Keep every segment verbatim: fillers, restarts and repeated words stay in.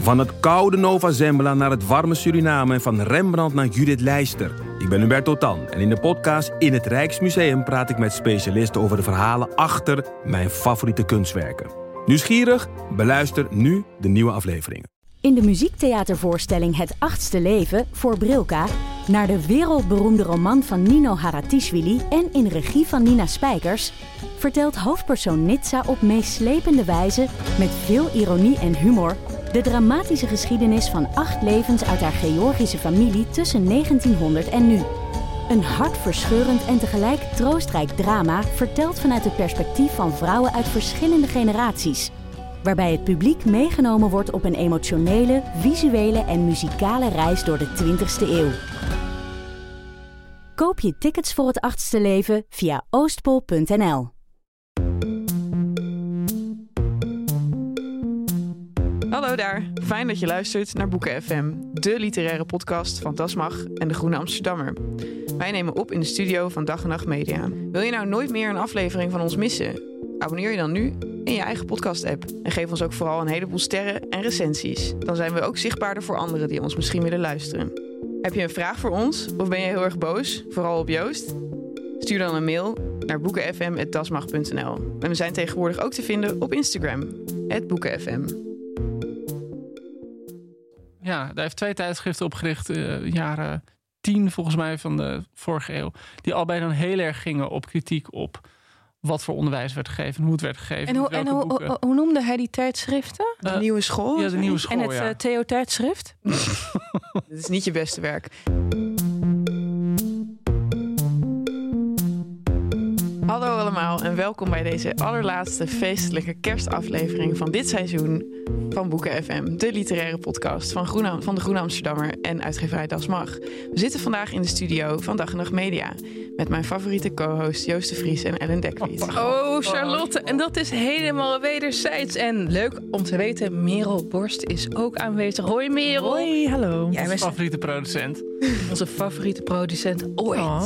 Van het koude Nova Zembla naar het warme Suriname en van Rembrandt naar Judith Leister. Ik ben Hubert Totan en in de podcast In het Rijksmuseum praat ik met specialisten over de verhalen achter mijn favoriete kunstwerken. Nieuwsgierig? Beluister nu de nieuwe afleveringen. In de muziektheatervoorstelling Het Achtste Leven voor Brilka naar de wereldberoemde roman van Nino Haratischvili en in regie van Nina Spijkers vertelt hoofdpersoon Nitsa op meeslepende wijze met veel ironie en humor de dramatische geschiedenis van acht levens uit haar Georgische familie tussen negentienhonderd en nu. Een hartverscheurend en tegelijk troostrijk drama verteld vanuit het perspectief van vrouwen uit verschillende generaties, waarbij het publiek meegenomen wordt op een emotionele, visuele en muzikale reis door de twintigste eeuw. Koop je tickets voor Het Achtste Leven via oostpol punt n l. Hallo daar, fijn dat je luistert naar Boeken F M, de literaire podcast van Das Mag en De Groene Amsterdammer. Wij nemen op in de studio van Dag en Nacht Media. Wil je nou nooit meer een aflevering van ons missen? Abonneer je dan nu in je eigen podcast-app. En geef ons ook vooral een heleboel sterren en recensies. Dan zijn we ook zichtbaarder voor anderen die ons misschien willen luisteren. Heb je een vraag voor ons? Of ben je heel erg boos? Vooral op Joost? Stuur dan een mail naar boeken f m at dasmag punt n l. En we zijn tegenwoordig ook te vinden op Instagram, at boeken f m. Ja, daar heeft twee tijdschriften opgericht, uh, jaren tien volgens mij van de vorige eeuw. Die allebei dan heel erg gingen op kritiek op wat voor onderwijs werd gegeven en hoe het werd gegeven. En, hoe, en hoe, hoe, hoe noemde hij die tijdschriften? De uh, nieuwe school? Ja, de nieuwe school, En het ja. uh, Theo-tijdschrift? Dat is niet je beste werk. Hallo allemaal en welkom bij deze allerlaatste feestelijke kerstaflevering van dit seizoen van Boeken F M, de literaire podcast van, Groene, van de Groene Amsterdammer en uitgeverij Das Mag. We zitten vandaag in de studio van Dag en Nacht Media met mijn favoriete co-host Joost de Vries en Ellen Dekvliet. Oh, Charlotte, en dat is helemaal wederzijds. En leuk om te weten, Merel Borst is ook aanwezig. Hoi Merel. Hoi, hallo. Ja, mijn favoriete producent. Onze favoriete producent ooit. Oh.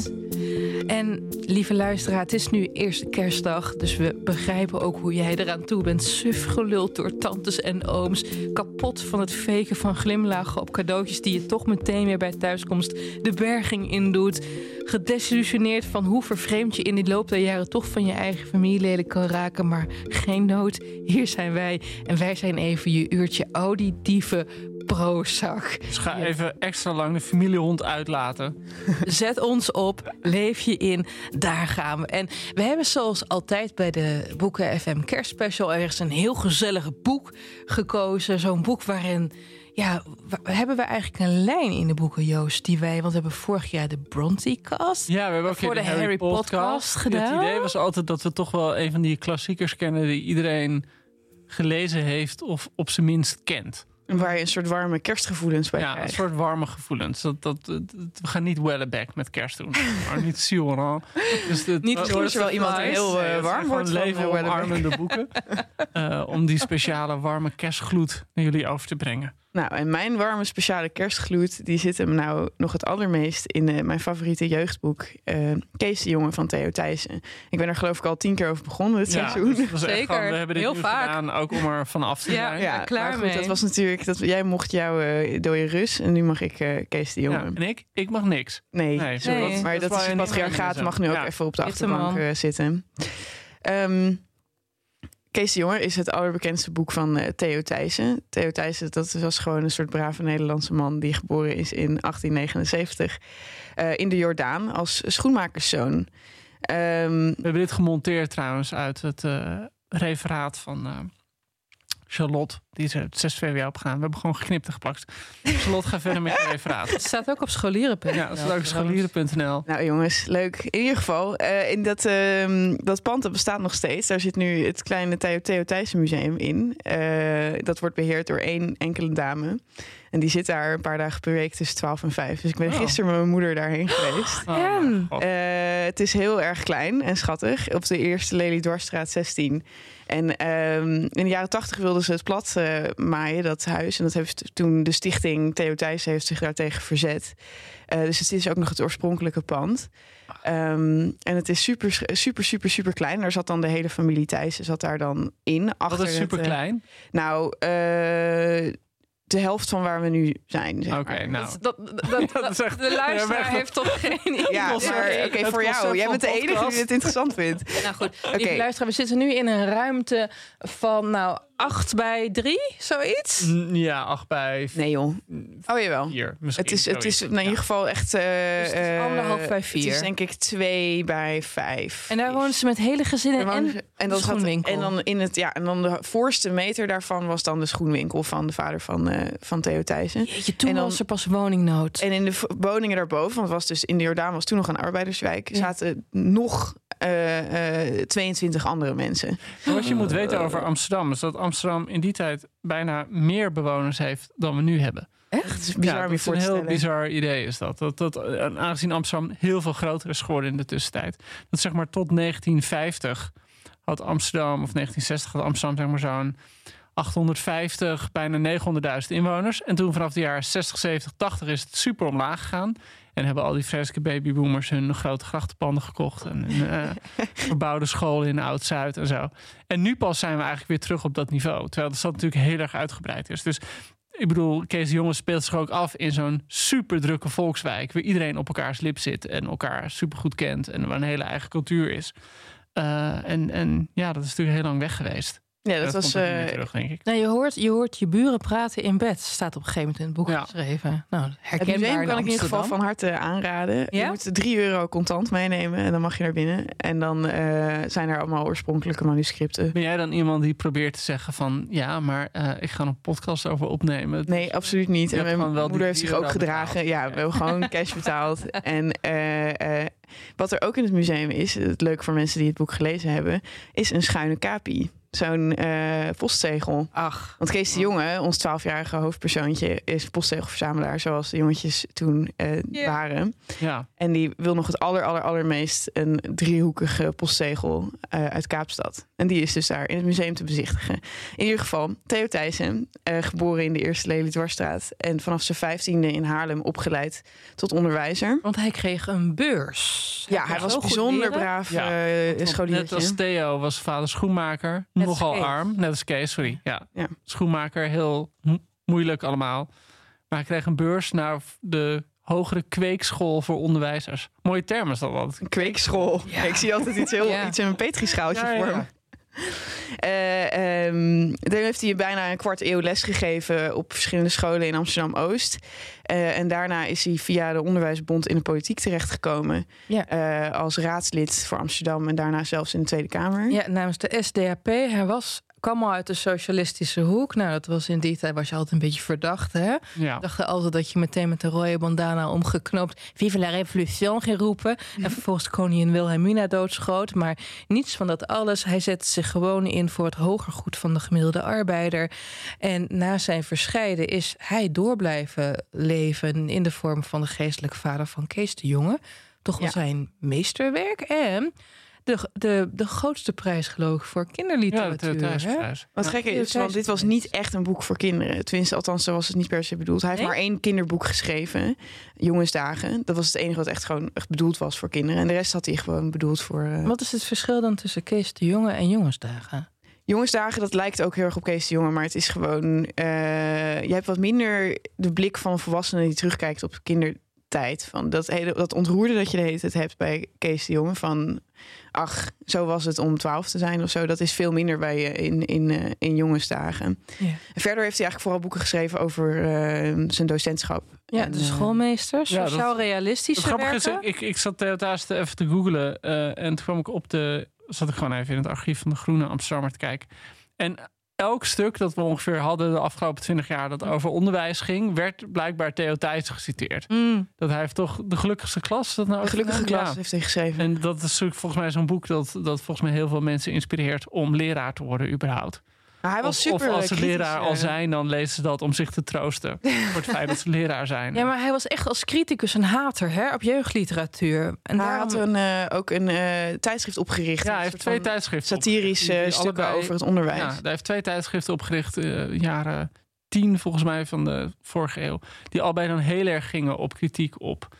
En lieve luisteraar, het is nu eerste kerstdag, dus we begrijpen ook hoe jij eraan toe bent. Suf geluld door tantes en ooms, kapot van het faken van glimlachen op cadeautjes die je toch meteen weer bij thuiskomst de berging indoet. Gedesillusioneerd van hoe vervreemd je in de loop der jaren toch van je eigen familieleden kan raken, maar geen nood. Hier zijn wij en wij zijn even je uurtje auditieve prozak. Dus ga even extra lang de familiehond uitlaten. Zet ons op, leef je in, daar gaan we. En we hebben zoals altijd bij de Boeken F M kerstspecial ergens een heel gezellig boek gekozen. Zo'n boek waarin, ja, hebben we eigenlijk een lijn in de boeken, Joost, die wij, want we hebben vorig jaar de Bronte-cast. Ja, we hebben ook voor de, de Harry, Harry podcast gedaan. Het idee was altijd dat we toch wel een van die klassiekers kennen die iedereen gelezen heeft of op zijn minst kent. Waar je een soort warme kerstgevoelens bij ja, krijgt. Ja, een soort warme gevoelens. Dat, dat, dat, we gaan niet Welleback met kerst doen. Maar niet Sioran. Dus niet misschien wel iemand die heel uh, warm wordt van leven omarmende boeken. uh, om die speciale warme kerstgloed naar jullie over te brengen. Nou, en mijn warme speciale kerstgloed, die zit hem nou nog het allermeest in uh, mijn favoriete jeugdboek, uh, Kees de Jonge van Theo Thijssen. Ik ben er geloof ik al tien keer over begonnen dit ja, seizoen. Dus Zeker, gewoon, we hebben dit heel nu vaak gedaan, ook om er van af te ja, zijn. Ja, klaar maar goed, mee. Dat was natuurlijk, dat, jij mocht jouw uh, dode Rus en nu mag ik uh, Kees de Jonge. Ja, en ik? Ik mag niks. Nee, nee, sorry, nee. maar dat, dat is het patriarchaat mag nu ook ja. even op de achterbank uh, zitten. Um, Kees de Jonge is het allerbekendste boek van uh, Theo Thijssen. Theo Thijssen, dat was gewoon een soort brave Nederlandse man die geboren is in achttien negenenzeventig uh, in de Jordaan als schoenmakerszoon. Um, We hebben dit gemonteerd trouwens uit het uh, referaat van uh, Charlotte. Die is er het zes februari opgedaan. We hebben gewoon geknipt en geplakt. Charlotte, ga verder met je referaat. Het staat ook op scholieren punt n l. Ja, het staat ook op scholieren punt n l. Nou jongens, leuk. In ieder geval, uh, in dat, uh, dat pand dat bestaat nog steeds. Daar zit nu het kleine Theo, Theo Thijssen Museum in. Uh, dat wordt beheerd door één enkele dame. En die zit daar een paar dagen per week tussen twaalf en vijf. Dus ik ben oh. gisteren met mijn moeder daarheen geweest. Oh, en? Uh, het is heel erg klein en schattig. Op de eerste Lely Dwarsstraat zestien. En um, in de jaren tachtig wilden ze het plat uh, maaien, dat huis. En dat heeft toen de stichting Theo Thijssen heeft zich daartegen verzet. Uh, dus het is ook nog het oorspronkelijke pand. Um, en het is super, super, super, super klein. Daar zat dan de hele familie Thijssen zat daar dan in. Wat is super klein? Uh, nou, uh, de helft van waar we nu zijn. Oké, okay, nou. Dat, dat, dat, dat is echt, de luisteraar heeft toch geen idee. Ja, maar oké, okay, voor jou. Jij bent de enige die het interessant vindt. Nou goed, okay. Lieve luisteraar, we zitten nu in een ruimte van nou acht bij drie, zoiets? Ja, acht bij... Nee joh. Oh jawel. Vier, het is, het is nou, in ieder geval echt... Uh, dus het is anderhalf bij vier. Het is denk ik twee bij vijf. En daar wonen ze met hele gezinnen en, en, en dan schoenwinkel. En dan in het ja, en dan de voorste meter daarvan was dan de schoenwinkel van de vader van, uh, van Theo Thijssen. Jeetje, toen en dan, was er pas woningnood. En in de woningen daarboven, want het was dus in de Jordaan was toen nog een arbeiderswijk, ja. zaten nog uh, uh, tweeëntwintig andere mensen. Maar wat je moet weten over Amsterdam is dat Amsterdam in die tijd bijna meer bewoners heeft dan we nu hebben. Echt? Dat is bizar, ja, dat is een heel bizar idee is dat. dat, dat aangezien Amsterdam heel veel groter is geworden in de tussentijd. Dat zeg maar tot negentien vijftig had Amsterdam, of negentien zestig had Amsterdam zeg maar zo'n achthonderdvijftig, bijna negenhonderdduizend inwoners. En toen vanaf de jaren zestig, zeventig, tachtig is het super omlaag gegaan. En hebben al die vreselijke babyboomers hun grote grachtenpanden gekocht. En een uh, verbouwde scholen in Oud-Zuid en zo. En nu pas zijn we eigenlijk weer terug op dat niveau. Terwijl de stad natuurlijk heel erg uitgebreid is. Dus ik bedoel, Kees de Jonge speelt zich ook af in zo'n super drukke volkswijk. Waar iedereen op elkaars lip zit en elkaar super goed kent. En waar een hele eigen cultuur is. Uh, en, en ja, dat is natuurlijk heel lang weg geweest. Ja, dat, dat was. Uh, terug, denk ik. Nee, je hoort, je hoort je buren praten in bed. Staat op een gegeven moment in het boek ja. geschreven. Nou, herkenbaar. Het museum in kan ik in ieder geval van harte aanraden. Ja? Je moet drie euro contant meenemen en dan mag je naar binnen. En dan uh, zijn er allemaal oorspronkelijke manuscripten. Ben jij dan iemand die probeert te zeggen van ja, maar uh, ik ga een podcast over opnemen? Nee, absoluut niet. En mijn moeder heeft zich ook gedragen. Betaald. Ja, we hebben gewoon cash betaald. En uh, uh, wat er ook in het museum is, het leuk voor mensen die het boek gelezen hebben, is een schuine kapie. Zo'n uh, postzegel. Ach. Want Kees de Jonge, ons twaalfjarige hoofdpersoontje, is postzegelverzamelaar, zoals de jongetjes toen uh, yeah. waren. Ja. En die wil nog het aller, aller, allermeest een driehoekige postzegel uh, uit Kaapstad. En die is dus daar in het museum te bezichtigen. In ieder geval, Theo Thijssen, uh, geboren in de Eerste Lely-dwarsstraat en vanaf zijn vijftiende in Haarlem opgeleid tot onderwijzer. Want hij kreeg een beurs. Ja, hij, hij was bijzonder braaf ja. uh, scholiertje. Net als Theo was vader schoenmaker. Net nogal Kees. arm. Net als Kees, sorry. Ja. ja. Schoenmaker, heel mo- moeilijk allemaal. Maar hij kreeg een beurs naar de hogere kweekschool voor onderwijzers. Mooie term is dat wat. Een kweekschool. Ja. Ja, ik zie altijd iets heel ja. iets in een petrischaaltje ja, voor hem. Ja. Uh, um, daar heeft hij bijna een kwart eeuw lesgegeven op verschillende scholen in Amsterdam-Oost. Uh, en daarna is hij via de Onderwijsbond in de politiek terechtgekomen. Ja. Uh, als raadslid voor Amsterdam en daarna zelfs in de Tweede Kamer. Ja, namens de S D A P. Hij was... kwam al uit de socialistische hoek. Nou, dat was in die tijd was je altijd een beetje verdacht, hè? Ja. Dacht altijd dat je meteen met de rode bandana omgeknoopt Vive la Révolution ging roepen. Mm-hmm. En vervolgens koningin Wilhelmina doodschoot. Maar niets van dat alles. Hij zette zich gewoon in voor het hoger goed van de gemiddelde arbeider. En na zijn verscheiden is hij door blijven leven in de vorm van de geestelijke vader van Kees de Jonge. Toch wel ja. zijn meesterwerk. En De, de, de grootste prijs, geloof ik, voor kinderliteratuur. Ja, de thuisprijs. Wat gek is, want dit was niet echt een boek voor kinderen. Tenminste, althans, zo was het niet per se bedoeld. Hij heeft nee? maar één kinderboek geschreven, Jongensdagen. Dat was het enige wat echt gewoon echt bedoeld was voor kinderen. En de rest had hij gewoon bedoeld voor... Uh... Wat is het verschil dan tussen Kees de Jonge en Jongensdagen? Jongensdagen, dat lijkt ook heel erg op Kees de Jonge, maar het is gewoon... Uh, je hebt wat minder de blik van een volwassene die terugkijkt op kindertijd. Van dat, hele, dat ontroerde dat je de hele tijd hebt bij Kees de Jonge van... ach, zo was het om twaalf te zijn of zo. Dat is veel minder bij je in, in, uh, in jongensdagen. Ja. En verder heeft hij eigenlijk vooral boeken geschreven over uh, zijn docentschap. Ja, en, de schoolmeester, sociaal ja, dat, realistische werken. Is, ik, ik zat thuis even te googlen uh, en toen kwam ik op de... zat ik gewoon even in het archief van de Groene Amsterdammer te kijken. En elk stuk dat we ongeveer hadden de afgelopen twintig jaar dat over onderwijs ging, werd blijkbaar Theo Thijssen geciteerd. Mm. Dat hij heeft toch de gelukkigste klas. Dat nou de gelukkige klas ja. heeft hij geschreven. En dat is volgens mij zo'n boek dat, dat volgens mij heel veel mensen inspireert om leraar te worden überhaupt. Maar hij was of, super of als ze kritisch, leraar al zijn, dan lezen ze dat om zich te troosten voor het feit dat ze leraar zijn. Ja, maar hij was echt als criticus een hater hè, op jeugdliteratuur. En hij daarom... had een, uh, ook een uh, tijdschrift opgericht. Ja, hij heeft twee tijdschriften satirische op, stukken allebei, over het onderwijs. Ja, hij heeft twee tijdschriften opgericht, uh, jaren tien volgens mij van de vorige eeuw. Die allebei dan heel erg gingen op kritiek op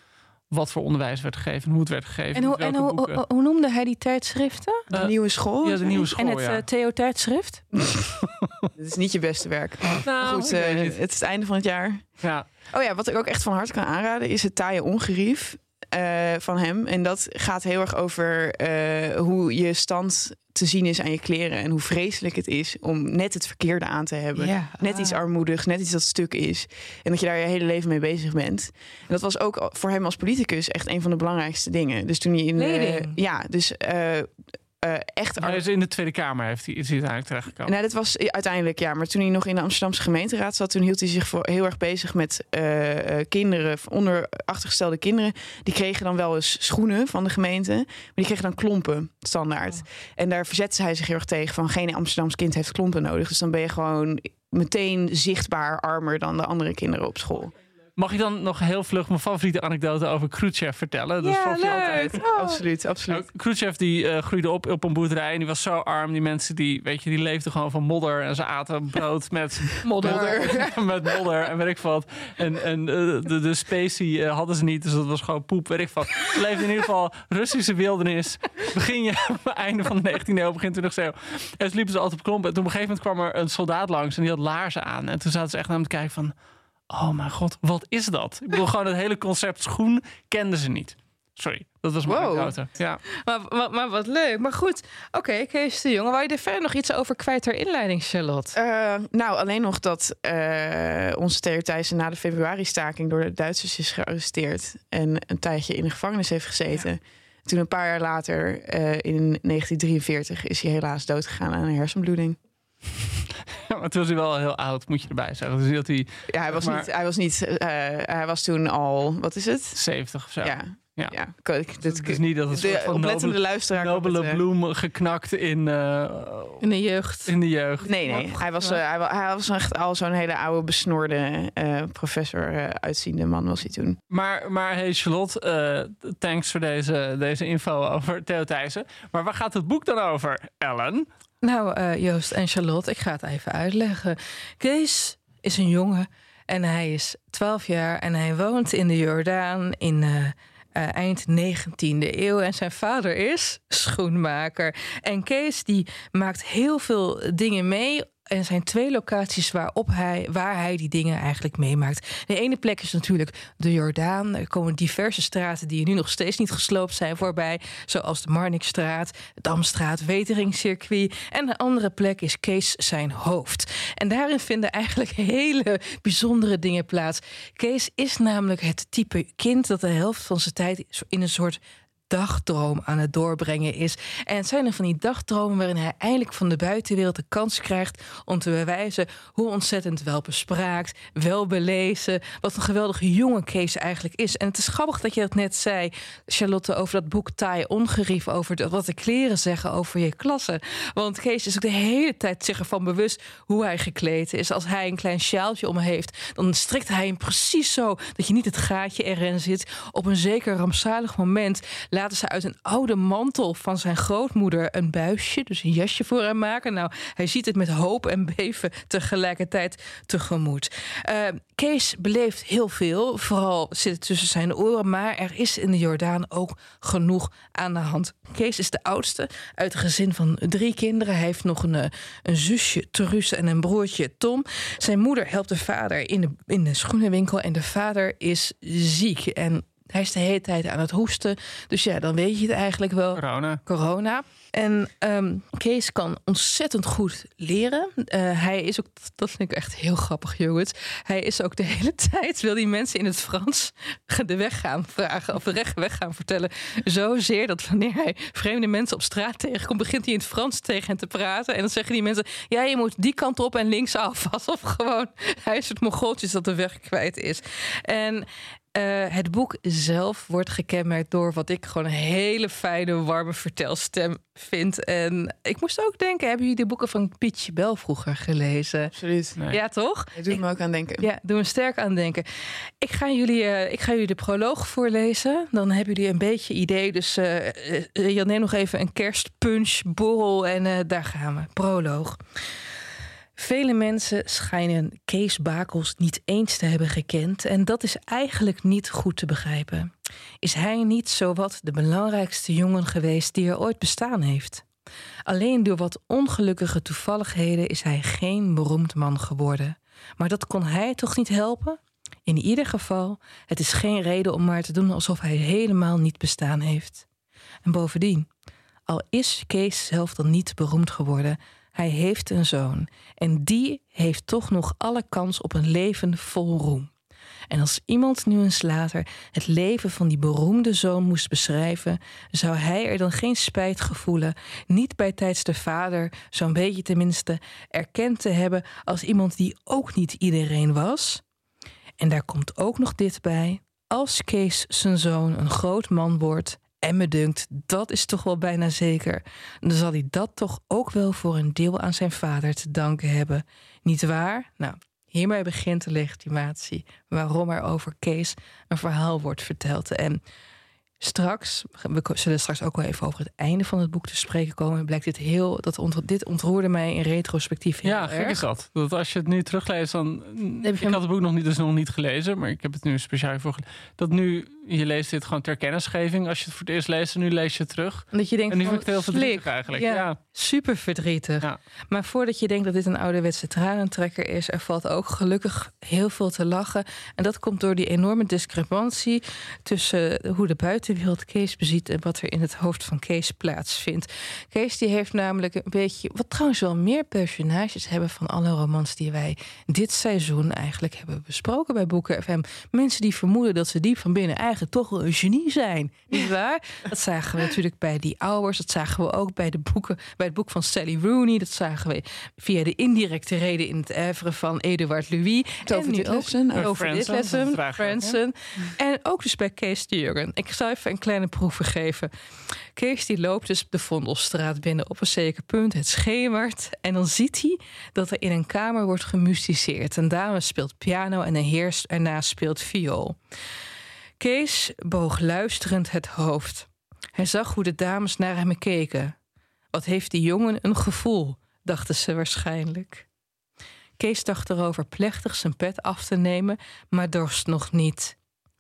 wat voor onderwijs werd gegeven en hoe het werd gegeven. En hoe, en hoe, hoe, hoe noemde hij die tijdschriften? De Uh, nieuwe school? Ja, de nieuwe school, En het ja. uh, Theo-tijdschrift? Dit is niet je beste werk. Nou, Goed, ik weet uh, niet. het is het einde van het jaar. Ja. Oh ja, wat ik ook echt van harte kan aanraden... is het taaie ongerief uh, van hem. En dat gaat heel erg over uh, hoe je stand te zien is aan je kleren... en hoe vreselijk het is om net het verkeerde aan te hebben. Ja. Net Ah. iets armoedigs, net iets dat stuk is. En dat je daar je hele leven mee bezig bent. En dat was ook voor hem als politicus echt een van de belangrijkste dingen. Dus toen hij in... Kleding. Uh, ja, dus... Uh, Uh, echt Hij is in de Tweede Kamer heeft hij, is hij uiteindelijk terechtgekomen. Nou, dat was uiteindelijk, ja. Maar toen hij nog in de Amsterdamse gemeenteraad zat... toen hield hij zich voor heel erg bezig met uh, uh, kinderen... onder achtergestelde kinderen. Die kregen dan wel eens schoenen van de gemeente... maar die kregen dan klompen, standaard. Oh. En daar verzette hij zich heel erg tegen... van geen Amsterdams kind heeft klompen nodig. Dus dan ben je gewoon meteen zichtbaar armer... dan de andere kinderen op school. Mag je dan nog heel vlug mijn favoriete anekdote over Khrushchev vertellen? Dat Ja, vond je leuk. altijd. Oh. Absoluut, absoluut. Nou, Khrushchev die uh, groeide op op een boerderij en die was zo arm. Die mensen die, weet je, die leefden gewoon van modder en ze aten brood met Modder. modder, met modder en weet ik wat. En, en uh, de, de specie uh, hadden ze niet, dus dat was gewoon poep, weet ik wat. Ze leefden in ieder geval Russische wildernis. Begin je, einde van de negentiende eeuw, begin twintigste eeuw. En ze liepen ze altijd op klompen. En toen op een gegeven moment kwam er een soldaat langs en die had laarzen aan. En toen zaten ze echt naar hem te kijken van... Oh mijn god, wat is dat? Ik bedoel, gewoon het hele concept schoen kenden ze niet. Sorry, dat was mijn Wow. anekdote. Ja. Maar, maar, maar wat leuk. Maar goed, oké, okay, Kees de Jonge. Wou je er verder nog iets over kwijt ter inleiding, Charlotte? Uh, nou, alleen nog dat uh, onze Theo Thijssen na de februari-staking... door de Duitsers is gearresteerd... en een tijdje in de gevangenis heeft gezeten. Ja. Toen een paar jaar later, uh, in negentien drieënveertig... is hij helaas doodgegaan aan een hersenbloeding. Ja, maar toen was hij wel heel oud, moet je erbij zeggen. Dus dat hij, ja, hij was maar, niet. Hij was niet. Uh, hij was toen al. Wat is het? zeventig of zo. Ja. Ja. ja. Ik, dit, het is niet dat het de soort van oplettende nobele, luisteraar nobele het, uh, bloem geknakt in, uh, in de jeugd. In de jeugd. Nee, nee. Hij was, uh, hij, hij was echt al zo'n hele oude, besnoorde uh, professor uh, uitziende man was hij toen. Maar, maar hey Charlotte, uh, thanks voor deze, deze info over Theo Thijssen. Maar waar gaat het boek dan over, Ellen? Nou, uh, Joost en Charlotte, ik ga het even uitleggen. Kees is een jongen en hij is twaalf jaar en hij woont in de Jordaan in uh, uh, eind negentiende eeuw. En zijn vader is schoenmaker. En Kees die maakt heel veel dingen mee. En er zijn twee locaties waarop hij, waar hij die dingen eigenlijk meemaakt. De ene plek is natuurlijk de Jordaan. Er komen diverse straten die nu nog steeds niet gesloopt zijn voorbij. Zoals de Marnixstraat, de Damstraat, Weteringscircuit. En de andere plek is Kees zijn hoofd. En daarin vinden eigenlijk hele bijzondere dingen plaats. Kees is namelijk het type kind dat de helft van zijn tijd in een soort dagdroom aan het doorbrengen is. En het zijn er van die dagdromen waarin hij eindelijk van de buitenwereld de kans krijgt om te bewijzen hoe ontzettend welbespraakt, welbelezen, wat een geweldige jonge Kees eigenlijk is. En het is grappig dat je dat net zei, Charlotte, over dat boek Taai Ongerief, over de, wat de kleren zeggen over je klasse. Want Kees is ook de hele tijd zich ervan bewust hoe hij gekleed is. Als hij een klein sjaaltje om heeft, dan strikt hij hem precies zo dat je niet het gaatje erin zit. Op een zeker rampzalig moment laten ze uit een oude mantel van zijn grootmoeder een buisje, dus een jasje voor hem maken. Nou, hij ziet het met hoop en beven tegelijkertijd tegemoet. Uh, Kees beleeft heel veel, vooral zit het tussen zijn oren, maar er is in de Jordaan ook genoeg aan de hand. Kees is de oudste uit een gezin van drie kinderen. Hij heeft nog een, een zusje, Therese, en een broertje, Tom. Zijn moeder helpt de vader in de, in de schoenenwinkel en de vader is ziek en hij is de hele tijd aan het hoesten. Dus ja, dan weet je het eigenlijk wel. Corona. Corona. En um, Kees kan ontzettend goed leren. Uh, hij is ook, dat vind ik echt heel grappig, jongens. Hij is ook de hele tijd, wil die mensen in het Frans de weg gaan vragen. Of de rechte weg gaan vertellen. Zozeer dat wanneer hij vreemde mensen op straat tegenkomt, begint hij in het Frans tegen hen te praten. En dan zeggen die mensen, ja, je moet die kant op en linksaf. Alsof gewoon hij is het Mongooltjes dat de weg kwijt is. En Uh, het boek zelf wordt gekenmerkt door wat ik gewoon een hele fijne, warme vertelstem vind. En ik moest ook denken, hebben jullie de boeken van Pietje Bel vroeger gelezen? Absoluut. Nee. Ja, toch? Het doet me ook aan denken. Ja, doe me sterk aan denken. Ik ga jullie, uh, ik ga jullie de proloog voorlezen. Dan hebben jullie een beetje idee. Dus uh, uh, Jan, neem nog even een kerstpunch, borrel en uh, daar gaan we. Proloog. Vele mensen schijnen Kees Bakels niet eens te hebben gekend en dat is eigenlijk niet goed te begrijpen. is hij niet zowat de belangrijkste jongen geweest die er ooit bestaan heeft. Alleen door wat ongelukkige toevalligheden is hij geen beroemd man geworden. Maar dat kon hij toch niet helpen? In ieder geval, het is geen reden om maar te doen alsof hij helemaal niet bestaan heeft. En bovendien, al is Kees zelf dan niet beroemd geworden, hij heeft een zoon. En die heeft toch nog alle kans op een leven vol roem. En als iemand nu eens later het leven van die beroemde zoon moest beschrijven, zou hij er dan geen spijt gevoelen, niet bij tijds de vader, zo'n beetje tenminste, erkend te hebben als iemand die ook niet iedereen was? En daar komt ook nog dit bij. Als Kees zijn zoon een groot man wordt, en me dunkt, dat is toch wel bijna zeker, dan zal hij dat toch ook wel voor een deel aan zijn vader te danken hebben. Niet waar? Nou, hiermee begint de legitimatie waarom er over Kees een verhaal wordt verteld. En straks, we zullen straks ook wel even over het einde van het boek te spreken komen, blijkt dit heel, dat ont, dit ontroerde mij in retrospectief heel ja, erg. Ja, gek is dat. Dat als je het nu terugleest, dan... Heb ik je... had het boek nog niet, dus nog niet gelezen, maar ik heb het nu speciaal voor gelezen. Dat nu, je leest dit gewoon ter kennisgeving. Als je het voor het eerst leest, en nu lees je het terug. Dat je denkt, en nu van, vind ik het heel verdrietig eigenlijk. Ja, ja. super verdrietig. Ja. Maar voordat je denkt dat dit een ouderwetse tranentrekker is, er valt ook gelukkig heel veel te lachen. En dat komt door die enorme discrepantie tussen hoe de buitenwereld Kees beziet en wat er in het hoofd van Kees plaatsvindt. Kees die heeft namelijk een beetje, wat trouwens wel meer personages hebben van alle romans die wij dit seizoen eigenlijk hebben besproken bij Boeken F M. Mensen die vermoeden dat ze diep van binnen eigenlijk toch wel een genie zijn. Niet waar? Dat zagen we natuurlijk bij Die Hours. Dat zagen we ook bij de boeken, bij het boek van Sally Rooney. Dat zagen we via de indirecte reden in het oeuvre van Eduard Louis. Over dit lessen. Over dit lessen. Franson. En ook dus bij Kees de Jurgen. Ik zal even een kleine proef geven. Kees die loopt dus de Vondelstraat binnen op een zeker punt. Het schemert. En dan ziet hij dat er in een kamer wordt gemusiceerd. Een dame speelt piano en een heer ernaast speelt viool. Kees boog luisterend het hoofd. Hij zag hoe de dames naar hem keken. Wat heeft die jongen een gevoel, dachten ze waarschijnlijk. Kees dacht erover plechtig zijn pet af te nemen, maar dorst nog niet.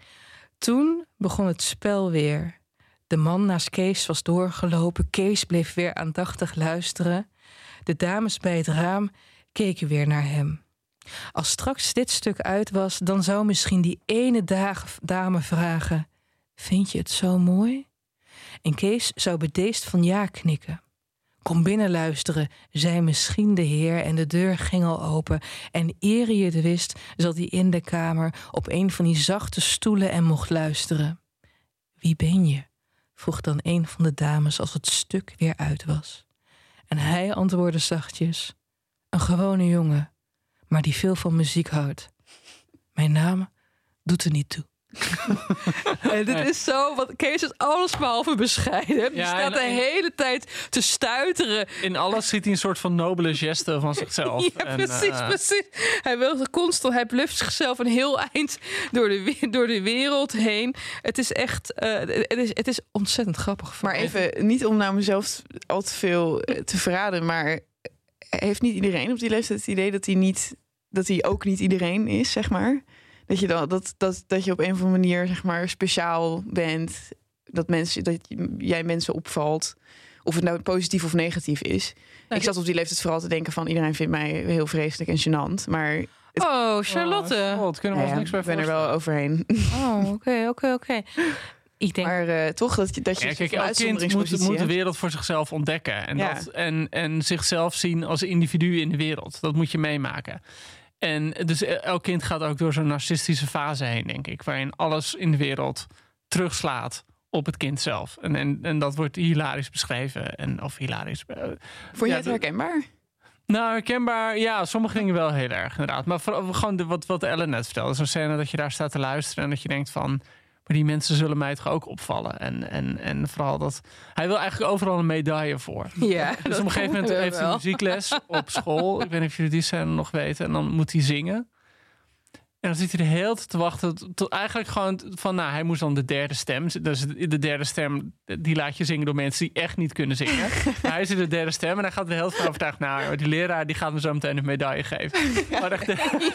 Toen begon het spel weer. De man naast Kees was doorgelopen. Kees bleef weer aandachtig luisteren. De dames bij het raam keken weer naar hem. Als straks dit stuk uit was, dan zou misschien die ene dame vragen: vind je het zo mooi? En Kees zou bedeesd van ja knikken. Kom binnen luisteren, zei misschien de heer en de deur ging al open. En eer je het wist, zat hij in de kamer op een van die zachte stoelen en mocht luisteren. Wie ben je? Vroeg dan een van de dames als het stuk weer uit was. En hij antwoordde zachtjes: een gewone jongen, maar die veel van muziek houdt. Mijn naam doet er niet toe. En dit is zo, want Kees is allesbehalve bescheiden. Die ja, staat de hele tijd te stuiteren. In alles ziet hij een soort van nobele geste van zichzelf. Ja, en, precies, uh... precies. Hij wil constant, hij bluft zichzelf een heel eind door de, door de wereld heen. Het is echt, uh, het, is, het is ontzettend grappig. Maar even, niet om nou mezelf al te veel te verraden, maar heeft niet iedereen op die leeftijd het idee dat hij niet, dat hij ook niet iedereen is, zeg maar? Dat je, dan, dat, dat, dat je op een of andere manier zeg maar speciaal bent. Dat, mensen, dat jij mensen opvalt. Of het nou positief of negatief is. Nou, ik zat op die leeftijd vooral te denken van iedereen vindt mij heel vreselijk en gênant. Maar het... Oh, Charlotte. Oh, God, kunnen we ons ja, niks bij ik ben er wel overheen. Oh, oké, oké, oké. Ik denk... Maar uh, toch dat je dat je ja, kijk, elk kind moet, moet de wereld voor zichzelf ontdekken. En, ja. dat, en, en zichzelf zien als individu in de wereld. Dat moet je meemaken. En dus elk kind gaat ook door zo'n narcistische fase heen, denk ik. Waarin alles in de wereld terugslaat op het kind zelf. En, en, en dat wordt hilarisch beschreven. En, of hilarisch. Uh, Vond je ja, het herkenbaar? Nou, herkenbaar, ja, sommige dingen wel heel erg, inderdaad. Maar voor, gewoon de, wat, wat Ellen net vertelde. Zo'n scène dat je daar staat te luisteren en dat je denkt van... maar die mensen zullen mij toch ook opvallen. En, en, en vooral dat... Hij wil eigenlijk overal een medaille voor. Ja, dus op een gegeven moment heeft hij muziekles op school. Ik weet niet of jullie die scène nog weten. En dan moet hij zingen. En dan zit hij de hele tijd te wachten tot eigenlijk gewoon van, nou, hij moest dan de derde stem. Dus de derde stem, die laat je zingen door mensen die echt niet kunnen zingen. Hij is in de derde stem en hij gaat de hele tijd overtuigd, nou, die leraar die gaat me zo meteen een medaille geven. Maar echt de,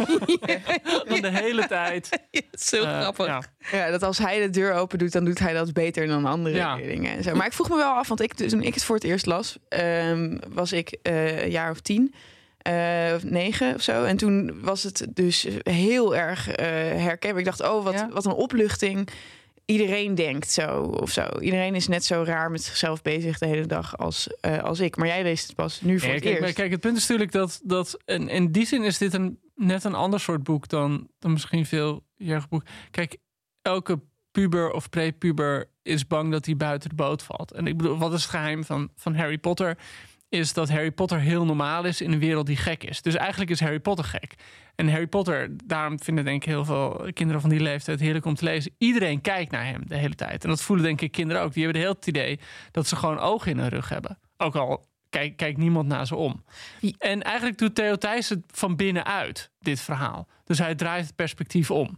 van de hele tijd. Ja, dat is heel uh, grappig. Ja. Ja, dat als hij de deur open doet, dan doet hij dat beter dan andere Ja. dingen. En zo. Maar ik vroeg me wel af, want ik, toen ik het voor het eerst las, um, was ik uh, een jaar of tien. Uh, of negen of zo. En toen was het dus heel erg uh, herkenbaar. Ik dacht, oh, wat, Ja. wat een opluchting. Iedereen denkt zo of zo. Iedereen is net zo raar met zichzelf bezig de hele dag als, uh, als ik. Maar jij leest het pas nu voor Nee, het kijk, eerst. maar kijk, het punt is natuurlijk dat... dat en in die zin is dit een, net een ander soort boek dan, dan misschien veel jeugdboek. Kijk, elke puber of prepuber is bang dat hij buiten de boot valt. En ik bedoel, wat is het geheim van, van Harry Potter? Is dat Harry Potter heel normaal is in een wereld die gek is. Dus eigenlijk is Harry Potter gek. En Harry Potter, daarom vinden denk ik heel veel kinderen van die leeftijd heerlijk om te lezen. Iedereen kijkt naar hem de hele tijd. En dat voelen denk ik kinderen ook. Die hebben de hele tijd het idee dat ze gewoon ogen in hun rug hebben. Ook al kijkt kijk niemand naar ze om. En eigenlijk doet Theo Thijs het van binnenuit, dit verhaal. Dus hij draait het perspectief om.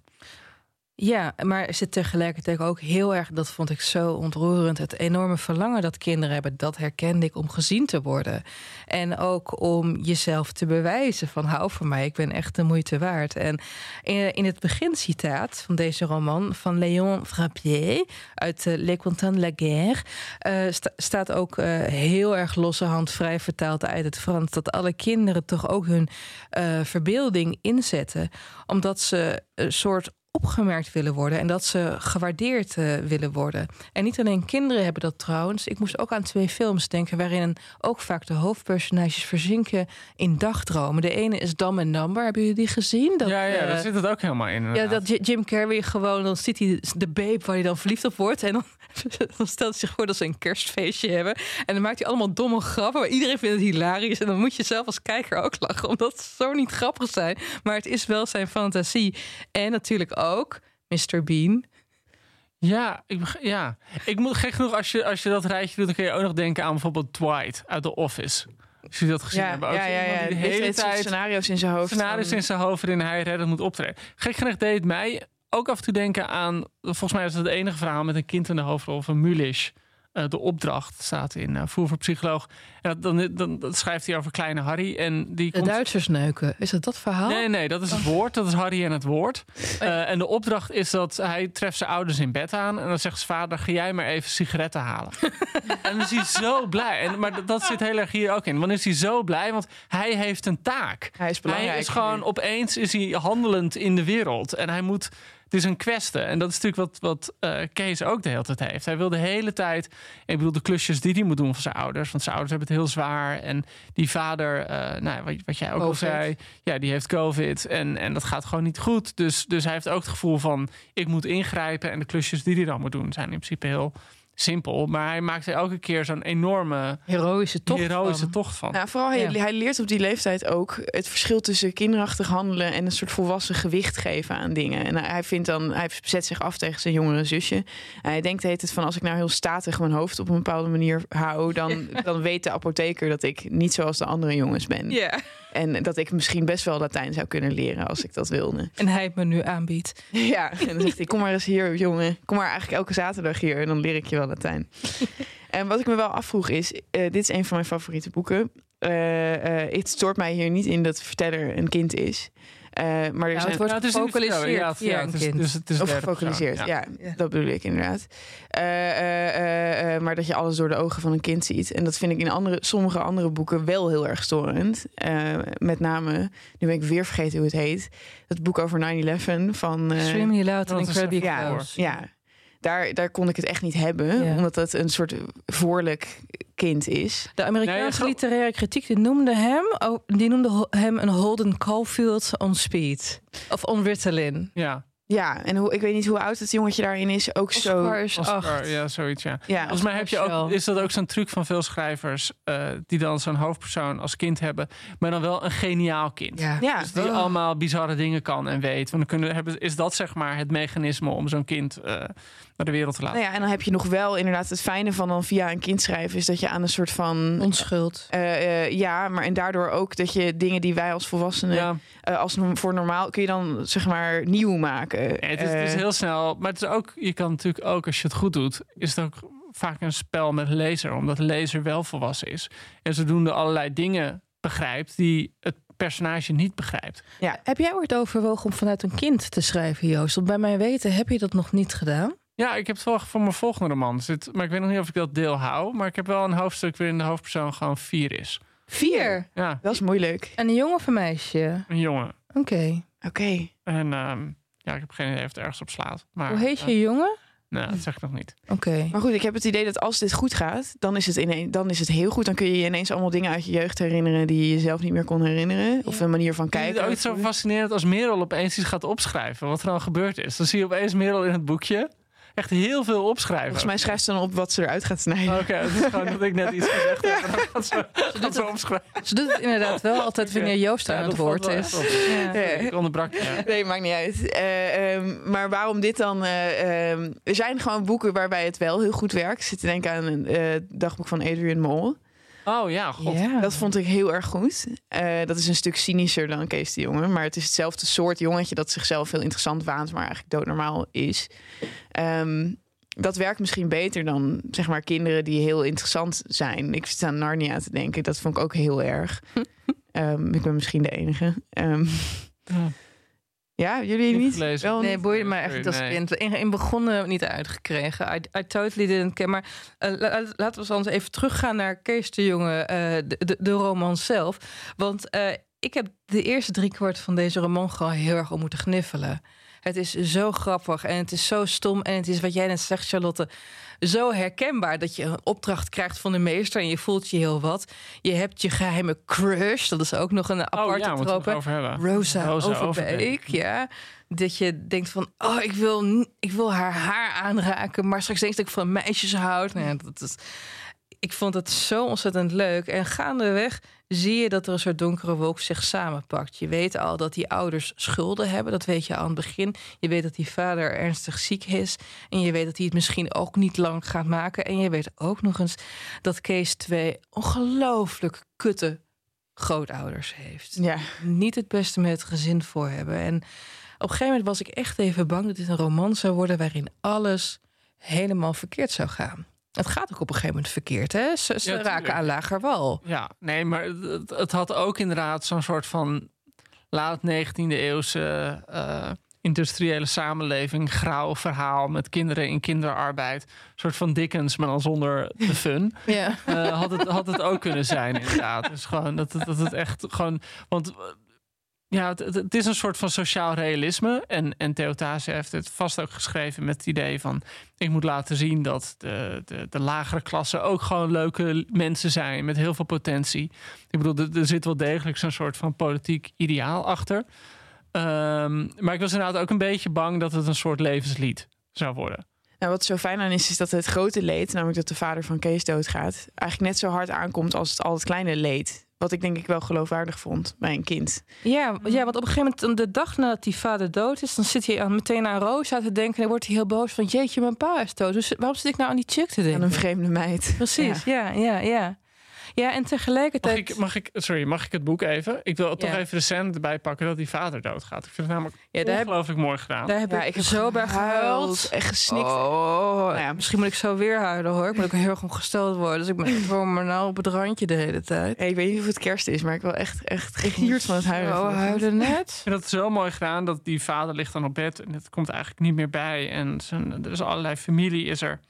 Ja, maar er zit tegelijkertijd ook heel erg, dat vond ik zo ontroerend, het enorme verlangen dat kinderen hebben. Dat herkende ik, om gezien te worden. En ook om jezelf te bewijzen van, hou van mij, ik ben echt de moeite waard. En in, in het begincitaat van deze roman van Léon Frappier uit uh, Les Contents de la Guerre uh, sta, staat ook uh, heel erg losse hand vrij vertaald uit het Frans, dat alle kinderen toch ook hun uh, verbeelding inzetten, omdat ze een soort opgemerkt willen worden en dat ze gewaardeerd uh, willen worden. En niet alleen kinderen hebben dat trouwens. Ik moest ook aan twee films denken waarin ook vaak de hoofdpersonages verzinken in dagdromen. De ene is Dumb and Dumber. Hebben jullie die gezien? Dat, ja, ja, uh, daar zit het ook helemaal in. Inderdaad. Ja, dat Jim Carrey gewoon, dan ziet hij de babe waar hij dan verliefd op wordt en dan, dan stelt hij zich voor dat ze een kerstfeestje hebben. En dan maakt hij allemaal domme grappen, maar iedereen vindt het hilarisch. En dan moet je zelf als kijker ook lachen, omdat ze zo niet grappig zijn. Maar het is wel zijn fantasie. En natuurlijk ook mister Bean. Ja, ik, ja. ik moet gek genoeg, als je, als je dat rijtje doet, dan kun je ook nog denken aan bijvoorbeeld Dwight uit The Office. Als je dat gezien Ja, hebben. Ook ja, ja, ja. die de Heeft hele het soort tijd scenario's in zijn hoofd. scenario's van- in zijn hoofd waarin hij reddend moet optreden. Gek genoeg deed het mij ook af en toe denken aan, volgens mij is het het enige verhaal met een kind in de hoofdrol van Mulisch. Uh, de opdracht staat in uh, Voer voor Psycholoog. En dan, dan, dan, dan schrijft hij over kleine Harry. En die De komt... Duitsers neuken. Is dat dat verhaal? Nee, nee, dat is het woord. Dat is Harry en het woord. Uh, en de opdracht is dat hij treft zijn ouders in bed aan. En dan zegt zijn vader, ga jij maar even sigaretten halen. En dan is hij zo blij. En, maar dat, dat zit heel erg hier ook in. Want is hij zo blij, want hij heeft een taak. Hij is belangrijk. Hij is gewoon, opeens is hij handelend in de wereld. En hij moet... Het is een kwestie. En dat is natuurlijk wat, wat uh, Kees ook de hele tijd heeft. Hij wil de hele tijd... Ik bedoel, de klusjes die hij moet doen voor zijn ouders. Want zijn ouders hebben het heel zwaar. En die vader, uh, nou, wat, wat jij ook al zei... Ja, die heeft COVID. En, en dat gaat gewoon niet goed. Dus, dus hij heeft ook het gevoel van... Ik moet ingrijpen. En de klusjes die hij dan moet doen... zijn in principe heel simpel. Maar hij maakt er elke keer zo'n enorme... Heroïsche tocht heroïsche van. tocht van. Nou, vooral hij, Ja. hij leert op die leeftijd ook het verschil tussen kinderachtig handelen en een soort volwassen gewicht geven aan dingen. En hij vindt dan, hij zet zich af tegen zijn jongere zusje. En hij denkt heet het van, als ik nou heel statig mijn hoofd op een bepaalde manier hou, dan, ja. dan weet de apotheker dat ik niet zoals de andere jongens ben. Ja. En dat ik misschien best wel Latijn zou kunnen leren als ik dat wilde. En hij het me nu aanbiedt. Ja, en dan zegt hij, kom maar eens hier, jongen. Kom maar eigenlijk elke zaterdag hier en dan leer ik je wel Latijn. En wat ik me wel afvroeg is, uh, dit is een van mijn favoriete boeken. Uh, uh, het stoort mij hier niet in dat de verteller een kind is. Uh, maar er Ja, zijn... het wordt Ja, het is in de gefocaliseerd vertelling, ja, via ja, een het is- kind. dus het is Of derde gefocaliseerd, persoon, ja. Ja. Dat bedoel ik inderdaad. Uh, uh, uh, uh, maar dat je alles door de ogen van een kind ziet. En dat vind ik in andere, sommige andere boeken wel heel erg storend. Uh, met name, nu ben ik weer vergeten hoe het heet. Het boek over nine eleven van... Uh, Extremely Loud dat and is Incredibly ja, Close. ja. Daar, daar kon ik het echt niet hebben. Ja. Omdat het een soort voorlijk kind is. De Amerikaanse Nee, gewoon- literaire kritiek die noemde hem, oh, die noemde ho- hem een Holden Caulfield on speed. Of on Ritalin. Ja. Ja, en hoe, ik weet niet hoe oud het jongetje daarin is. Ook Oscar zo... is Oscar, acht. ja, zoiets, ja. Ja, Volgens mij heb je ook, is dat ook zo'n truc van veel schrijvers... Uh, die dan zo'n hoofdpersoon als kind hebben... maar dan wel een geniaal kind. Ja. ja. Dus die oh. allemaal bizarre dingen kan en weet. Want dan kunnen hebben, is dat zeg maar het mechanisme... om zo'n kind uh, naar de wereld te laten. Nou ja, en dan heb je nog wel inderdaad het fijne van dan via een kind schrijven... is dat je aan een soort van... Onschuld. Uh, uh, ja, maar en daardoor ook dat je dingen die wij als volwassenen... Ja. Uh, als no- voor normaal kun je dan zeg maar nieuw maken. Ja, het, is, het is heel snel, maar het is ook, je kan natuurlijk ook, als je het goed doet... is het ook vaak een spel met de lezer... omdat de lezer wel volwassen is. En zodoende allerlei dingen begrijpt... die het personage niet begrijpt. Ja. Heb jij ooit overwogen om vanuit een kind te schrijven, Joost? Want bij mijn weten heb je dat nog niet gedaan. Ja, ik heb het wel voor mijn volgende roman. Zit, maar ik weet nog niet of ik dat deel hou. Maar ik heb wel een hoofdstuk waarin de hoofdpersoon gewoon vier is. Vier? Ja. Dat is moeilijk. En een jongen of een meisje? Een jongen. Oké. Okay. Oké. Okay. En um, ja, ik heb geen idee of het ergens op slaat. Maar, hoe heet je uh, jongen? Nee, dat zeg ik nog niet. Oké. Okay. Maar goed, ik heb het idee dat als dit goed gaat, dan is het ineens, dan is het heel goed. Dan kun je je ineens allemaal dingen uit je jeugd herinneren die je jezelf niet meer kon herinneren. Of een manier van kijken. Het is ook zo fascinerend als Merel opeens iets gaat opschrijven. Wat er dan gebeurd is. Dan zie je opeens Merel in het boekje. Echt heel veel opschrijven. Volgens mij schrijft ze dan op wat ze eruit gaat snijden. Oké, okay, het is gewoon dat ik net iets gezegd heb. Ja. En dan gaat ze, ze, doet ze opschrijven. Ze doet het inderdaad wel altijd wanneer Joost aan ja, het woord is. Ja. Ja. Ik onderbrak je. Ja. Nee, maakt niet uit. Uh, um, maar waarom dit dan? Uh, um, er zijn gewoon boeken waarbij het wel heel goed werkt. Ik zit te denken aan een uh, dagboek van Adrian Mole. Oh ja, god. Ja. Dat vond ik heel erg goed. Uh, dat is een stuk cynischer dan Kees de Jonge. Maar het is hetzelfde soort jongetje dat zichzelf heel interessant waant, maar eigenlijk doodnormaal is. Um, dat werkt misschien beter dan zeg maar kinderen die heel interessant zijn. Ik zit aan Narnia te denken. Dat vond ik ook heel erg. um, ik ben misschien de enige. Um, ja. Ja, jullie niet? niet? Wel nee, niet? boeide mij echt niet als kind. In, in begonnen niet uitgekregen. I, I totally didn't care. Maar uh, laten we eens anders even teruggaan naar Kees de Jonge, uh, de, de, de roman zelf. Want uh, ik heb de eerste driekwart van deze roman gewoon heel erg om moeten gniffelen. Het is zo grappig en het is zo stom. En het is wat jij net zegt, Charlotte, zo herkenbaar dat je een opdracht krijgt van de meester en je voelt je heel wat. Je hebt je geheime crush, dat is ook nog een aparte oh, ja, trope. Rosa, Rosa Overbeek, Overbeek. ja. Dat je denkt van, oh, ik wil, ik wil haar haar aanraken, maar straks denk ik dat ik van meisjes houd. Nou ja, dat is... Ik vond het zo ontzettend leuk. En gaandeweg zie je dat er een soort donkere wolk zich samenpakt. Je weet al dat die ouders schulden hebben. Dat weet je aan het begin. Je weet dat die vader ernstig ziek is. En je weet dat hij het misschien ook niet lang gaat maken. En je weet ook nog eens dat Kees twee ongelooflijk kutte grootouders heeft. Ja. Niet het beste met het gezin voor hebben. En op een gegeven moment was ik echt even bang dat dit een roman zou worden waarin alles helemaal verkeerd zou gaan. Het gaat ook op een gegeven moment verkeerd, hè? Ze, ze ja, raken aan lager wal. Ja, nee, maar het, het had ook inderdaad zo'n soort van laat negentiende eeuwse uh, industriële samenleving, grauw verhaal met kinderen in kinderarbeid. Een soort van Dickens, maar dan zonder de fun. Ja. Uh, had, het, had het ook kunnen zijn, inderdaad. Dus gewoon dat, dat het echt gewoon. Want ja, het, het is een soort van sociaal realisme. En, en Theo Thaasse heeft het vast ook geschreven met het idee van, ik moet laten zien dat de, de, de lagere klassen ook gewoon leuke mensen zijn met heel veel potentie. Ik bedoel, er, er zit wel degelijk zo'n soort van politiek ideaal achter. Um, maar ik was inderdaad ook een beetje bang dat het een soort levenslied zou worden. Nou, wat zo fijn aan is, is dat het grote leed, namelijk dat de vader van Kees doodgaat, eigenlijk net zo hard aankomt als het, al het kleine leed. Wat ik denk ik wel geloofwaardig vond bij een kind. Ja, ja, want op een gegeven moment, de dag nadat die vader dood is, dan zit hij meteen aan Rosa te denken en dan wordt hij heel boos van, jeetje, mijn pa is dood. Dus waarom zit ik nou aan die chick te denken? Aan een vreemde meid. Precies, ja, ja, ja. ja. Ja, en tegelijkertijd... Mag ik, mag ik, sorry, mag ik het boek even? Ik wil toch ja. even de scène erbij pakken dat die vader doodgaat. Ik vind het namelijk ja, daar ongelooflijk heb, mooi gedaan. Daar heb ja, ik, ik heb zo bij gehuild. En gesnikt. Oh, nou ja, misschien moet ik zo weer huilen, hoor. Ik moet ook heel erg ongesteld worden. Dus ik ben gewoon maar nou op het randje de hele tijd. Hey, ik weet niet of het kerst is, maar ik wil echt, echt gegierd van het huilen. Oh, huilen net. En dat is wel mooi gedaan, dat die vader ligt dan op bed en het komt eigenlijk niet meer bij. En zijn, er is allerlei familie is er.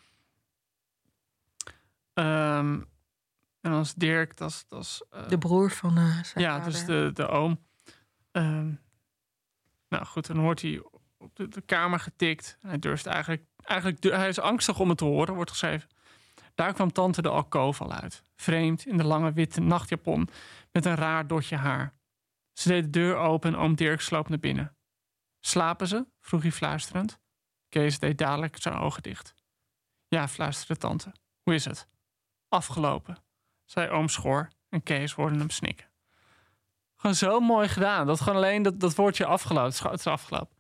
Um, En dan is Dirk, dat is... Dat is uh, de broer van uh, zijn ja, vader. dus de, de oom. Um, nou goed, dan wordt hij op de, de kamer getikt. Hij durft eigenlijk... eigenlijk hij is angstig om het te horen, wordt geschreven. Daar kwam tante de alkoof al uit. Vreemd, in de lange witte nachtjapon, met een raar dotje haar. Ze deed de deur open en oom Dirk sloop naar binnen. Slapen ze? Vroeg hij fluisterend. Kees deed dadelijk zijn ogen dicht. Ja, fluisterde tante. Hoe is het? Afgelopen, zei oom Schoor en Kees hoorden hem snikken. Gewoon zo mooi gedaan. Dat gewoon alleen dat, dat woordje afgelopen. Het is afgelopen.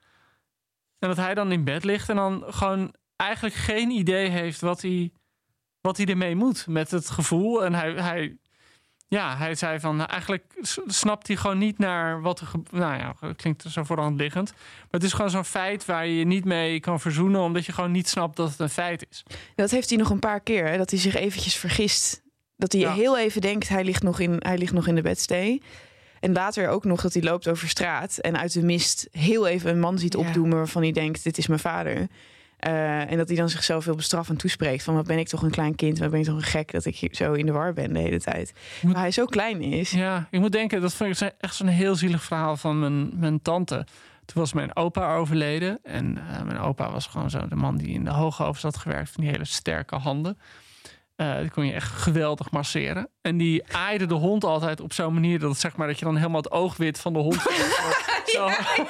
En dat hij dan in bed ligt en dan gewoon eigenlijk geen idee heeft wat hij, wat hij ermee moet. Met het gevoel. En hij, hij, ja, hij zei van, eigenlijk snapt hij gewoon niet naar wat er... Ge- nou ja, dat klinkt zo voor de hand liggend. Maar het is gewoon zo'n feit waar je je niet mee kan verzoenen, omdat je gewoon niet snapt dat het een feit is. Dat heeft hij nog een paar keer, hè, dat hij zich eventjes vergist. Dat hij Ja. heel even denkt, hij ligt nog in, hij ligt nog in de bedstee. En later ook nog dat hij loopt over straat en uit de mist heel even een man ziet Ja. opdoemen waarvan hij denkt, dit is mijn vader. Uh, en dat hij dan zichzelf heel bestraffend toespreekt. Van wat ben ik toch een klein kind, wat ben ik toch een gek dat ik hier zo in de war ben de hele tijd. moet- Maar hij zo klein is. Ja, ik moet denken, dat vond ik echt zo'n heel zielig verhaal van mijn, mijn tante. Toen was mijn opa overleden. En uh, mijn opa was gewoon zo de man die in de Hoogovens had gewerkt. Van die hele sterke handen. Uh, die kon je echt geweldig masseren. En die aaide de hond altijd op zo'n manier dat, zeg maar, dat je dan helemaal het oogwit van de hond... zo,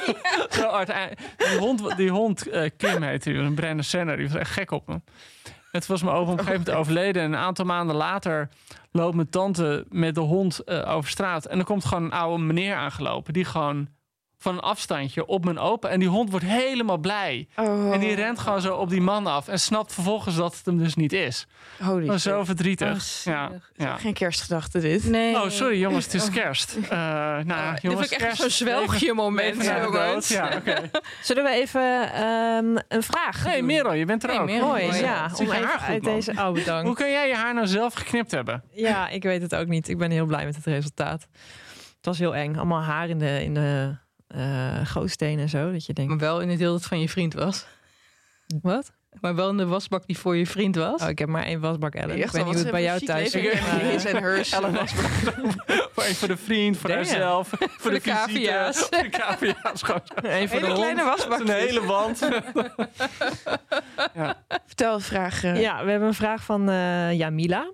zo hard, die hond, die hond uh, Kim heette die, een Brenda Senner, die was echt gek op me. En toen was mijn opa op een gegeven moment overleden. En een aantal maanden later loopt mijn tante met de hond uh, over straat. En er komt gewoon een oude meneer aangelopen die gewoon van een afstandje op mijn opa. En die hond wordt helemaal blij. Oh. En die rent gewoon zo op die man af. En snapt vervolgens dat het hem dus niet is. Holy Maar shit. zo verdrietig. Oh, ja, zielig. ja. Geen kerstgedachte dit. Nee. Oh, sorry jongens, het is kerst. Uh, nou, Oh, dit jongens, vind ik echt kerst, zo'n zwelgje moment, leven naar de jongens. dood. Ja, okay. Zullen we even um, een vraag Hey doen? Merel, je bent er Hey, ook. Merel. Mooi, Mooi. ja. Zie Om je even haar goed, uit man. deze... Oh, bedankt. Hoe kun jij je haar nou zelf geknipt hebben? Ja, ik weet het ook niet. Ik ben heel blij met het resultaat. Het was heel eng. Allemaal haar in de, in de uh, gootstenen en zo. Dat je denkt, Maar wel in het deel dat van je vriend was. wat? Maar wel in de wasbak die voor je vriend was. Oh, ik heb maar één wasbak, Ellen. Ik Echt, weet niet wat hoe het bij een jou chic thuis leven. is. maar, His en hers. Ellen was voor, voor de vriend, voor Damn. haarzelf, voor, voor de, de cavia's. visite, voor de cavia's. Gewoon zo. Eén voor de Hele hond. kleine wasbak. Een hele wand. ja. Vertel een vraag. Uh, Ja, we hebben een vraag van uh, Jamila.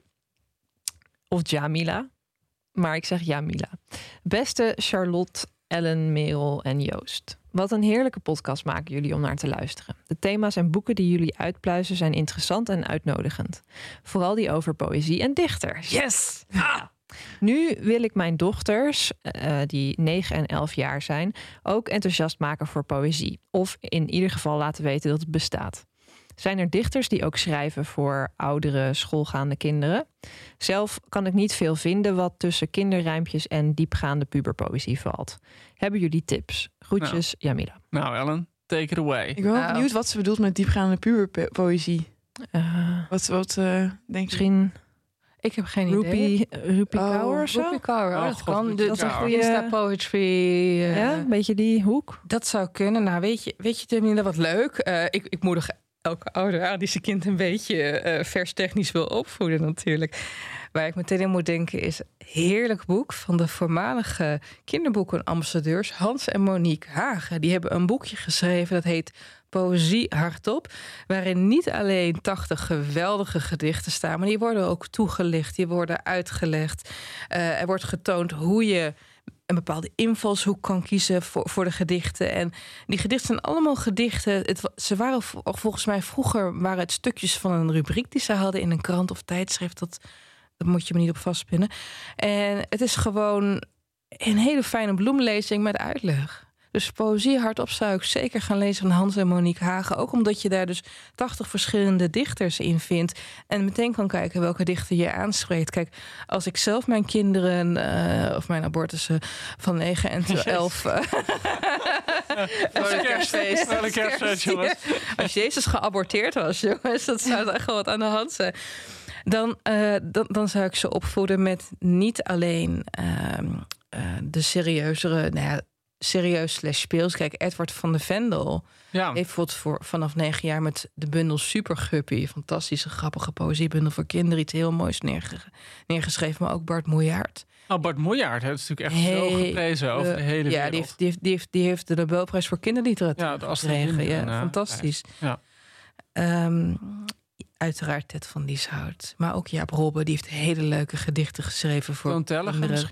Of Jamila. Maar ik zeg Jamila. Beste Charlotte, Ellen, Merel en Joost. Wat een heerlijke podcast maken jullie om naar te luisteren. De thema's en boeken die jullie uitpluizen zijn interessant en uitnodigend. Vooral die over poëzie en dichters. Yes! Ah. Nu wil ik mijn dochters, uh, die negen en elf jaar zijn, ook enthousiast maken voor poëzie. Of in ieder geval laten weten dat het bestaat. Zijn er dichters die ook schrijven voor oudere, schoolgaande kinderen? Zelf kan ik niet veel vinden wat tussen kinderrijmpjes en diepgaande puberpoëzie valt. Hebben jullie tips? Groetjes, nou. Jamila. Nou Ellen, take it away. Ik ben wel Nou. benieuwd wat ze bedoelt met diepgaande puberpoëzie. Uh, Wat, wat uh, denk je? misschien Ik heb geen Rupi, idee. Rupi Oh, Kaur of zo? Rupi Kaur, Oh, dat God, kan. Rupi De, Dat is een Kaur. goede... Insta Poetry. uh, Ja, een beetje die hoek. Dat zou kunnen. Nou, weet je, weet je Jamila, wat leuk. Uh, ik, ik moedig elke ouder aan die zijn kind een beetje uh, vers technisch wil opvoeden natuurlijk. Waar ik meteen aan moet denken is een heerlijk boek van de voormalige kinderboekenambassadeurs Hans en Monique Hagen. Die hebben een boekje geschreven dat heet Poëzie hardop, waarin niet alleen tachtig geweldige gedichten staan, maar die worden ook toegelicht, die worden uitgelegd. Uh, er wordt getoond hoe je een bepaalde invalshoek kan kiezen voor, voor de gedichten. En die gedichten zijn allemaal gedichten. Het, ze waren volgens mij vroeger waren het stukjes van een rubriek die ze hadden in een krant of tijdschrift. Dat, dat moet je me niet op vastpinnen. En het is gewoon een hele fijne bloemlezing met uitleg. Dus poëzie hardop zou ik zeker gaan lezen van Hans en Monique Hagen. Ook omdat je daar dus tachtig verschillende dichters in vindt. En meteen kan kijken welke dichter je aanspreekt. Kijk, als ik zelf mijn kinderen, uh, of mijn abortussen van negen en elf... Uh, Voor de kerstfeest. Voor de kerstfeest, jongens. Als Jezus geaborteerd was, jongens, dat zou echt wel wat aan de hand zijn. Dan, uh, dan, dan zou ik ze opvoeden met niet alleen uh, uh, de serieuzere... Nou ja, serieus slash speels. Kijk, Edward van de Vendel ja. heeft bijvoorbeeld voor vanaf negen jaar met de bundel Super Guppy, fantastische grappige poëziebundel voor kinderen, iets heel moois neerge- neergeschreven. Maar ook Bart Moejaert. Oh, Bart Moejaert heeft natuurlijk echt Hey, zo geprezen over de hele ja, wereld. die heeft, die, heeft, die, heeft, die heeft de Nobelprijs voor kinderliteratuur Ja, de Astrid gekregen. Lindgren, Ja, uh, fantastisch. Ja. Um, uiteraard Ted van Lieshout. Maar ook Jaap Robbe, die heeft hele leuke gedichten geschreven voor Toon Tellige kinderen. misschien?